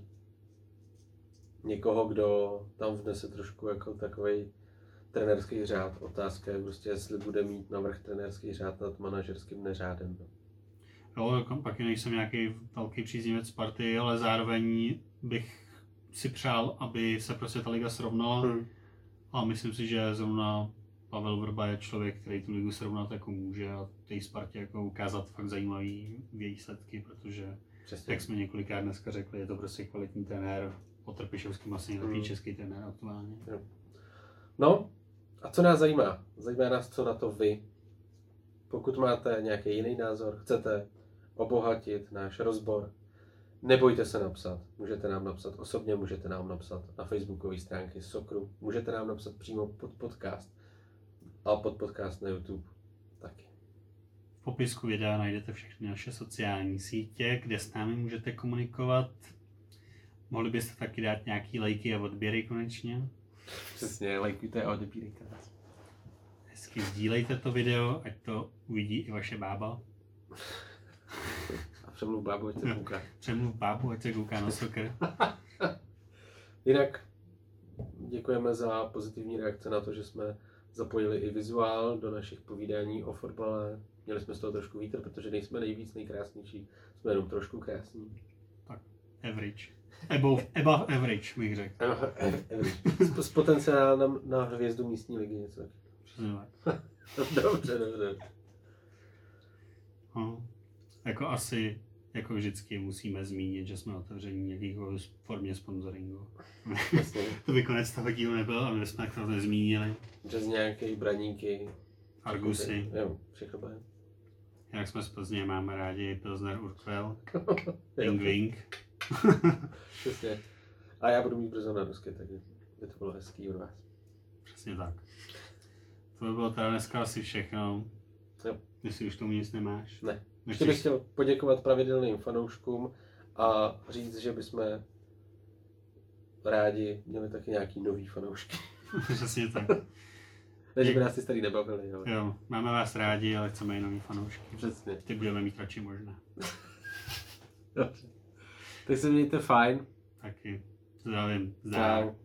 někoho, kdo tam vnese trošku jako takovej trenérský řád. Otázka je prostě, jestli bude mít navrch trenérský řád nad manažerským neřádem. Jo, pak nejsem nějaký velký příznivec Sparty, ale zároveň bych si přál, aby se prostě ta liga srovnala. A myslím si, že zrovna Pavel Vrba je člověk, který tu ligu srovnat jako může a té Spartě jako ukázat fakt zajímavý výsledky, protože Přesně. jak jsme několikrát dneska řekli, je to prostě kvalitní trenér. Petr Pišovský vlastně nejlepší český trenér aktuálně. Jo. No, a co nás zajímá? Zajímá nás, co na to vy. Pokud máte nějaký jiný názor, chcete obohatit náš rozbor, nebojte se napsat. Můžete nám napsat osobně, můžete nám napsat na facebookové stránky Sokru, můžete nám napsat přímo pod podcast a pod podcast na YouTube taky. V popisku videa najdete všechny naše sociální sítě, kde s námi můžete komunikovat. Mohli byste taky dát nějaký lajky a odběry konečně. Přesně, lajkujte a odebírejte nás. Hezky sdílejte to video, ať to uvidí i vaše bába. A přemluv bábu, ať se kouká. Přemluv bábu, ať se kouká na soccer. Jinak děkujeme za pozitivní reakce na to, že jsme zapojili i vizuál do našich povídání o fotbale. Měli jsme z toho trošku vítr, protože nejsme nejvíc nejkrásnější, jsme jenom trošku krásní. Tak, average. Above average, bych řekl. S potenciálem na hvězdu místní ligy něco taky. Přesně tak. Dobře. No. Jako asi, jako vždycky musíme zmínit, že jsme otevření nějakého formě sponsoringu. To by konec toho dílu nebyl, ale my jsme to nezmínili. Řezňáky, braníky. Argusy. Jo, všechno bude. Jak jsme z Plzně, máme rádi Pilsner Urquell. Wing wing. Přesně. A já budu mít brzo na dosky, takže by to bylo hezký od vás. Přesně tak. To by bylo teda dneska asi všechno. Jo. Jestli už tomu nic nemáš. Ne. Ještě bych chtěl poděkovat pravidelným fanouškům a říct, že bychom rádi měli taky nějaký nový fanoušky. Přesně tak. Ne, že by nás ty starý nebavili, ale... Jo, máme vás rádi, ale chceme i nový fanoušky. Přesně. Ty budeme mít radši možná. Dobře. Tak se mějte fajn. Taky. Zdravím. Čau.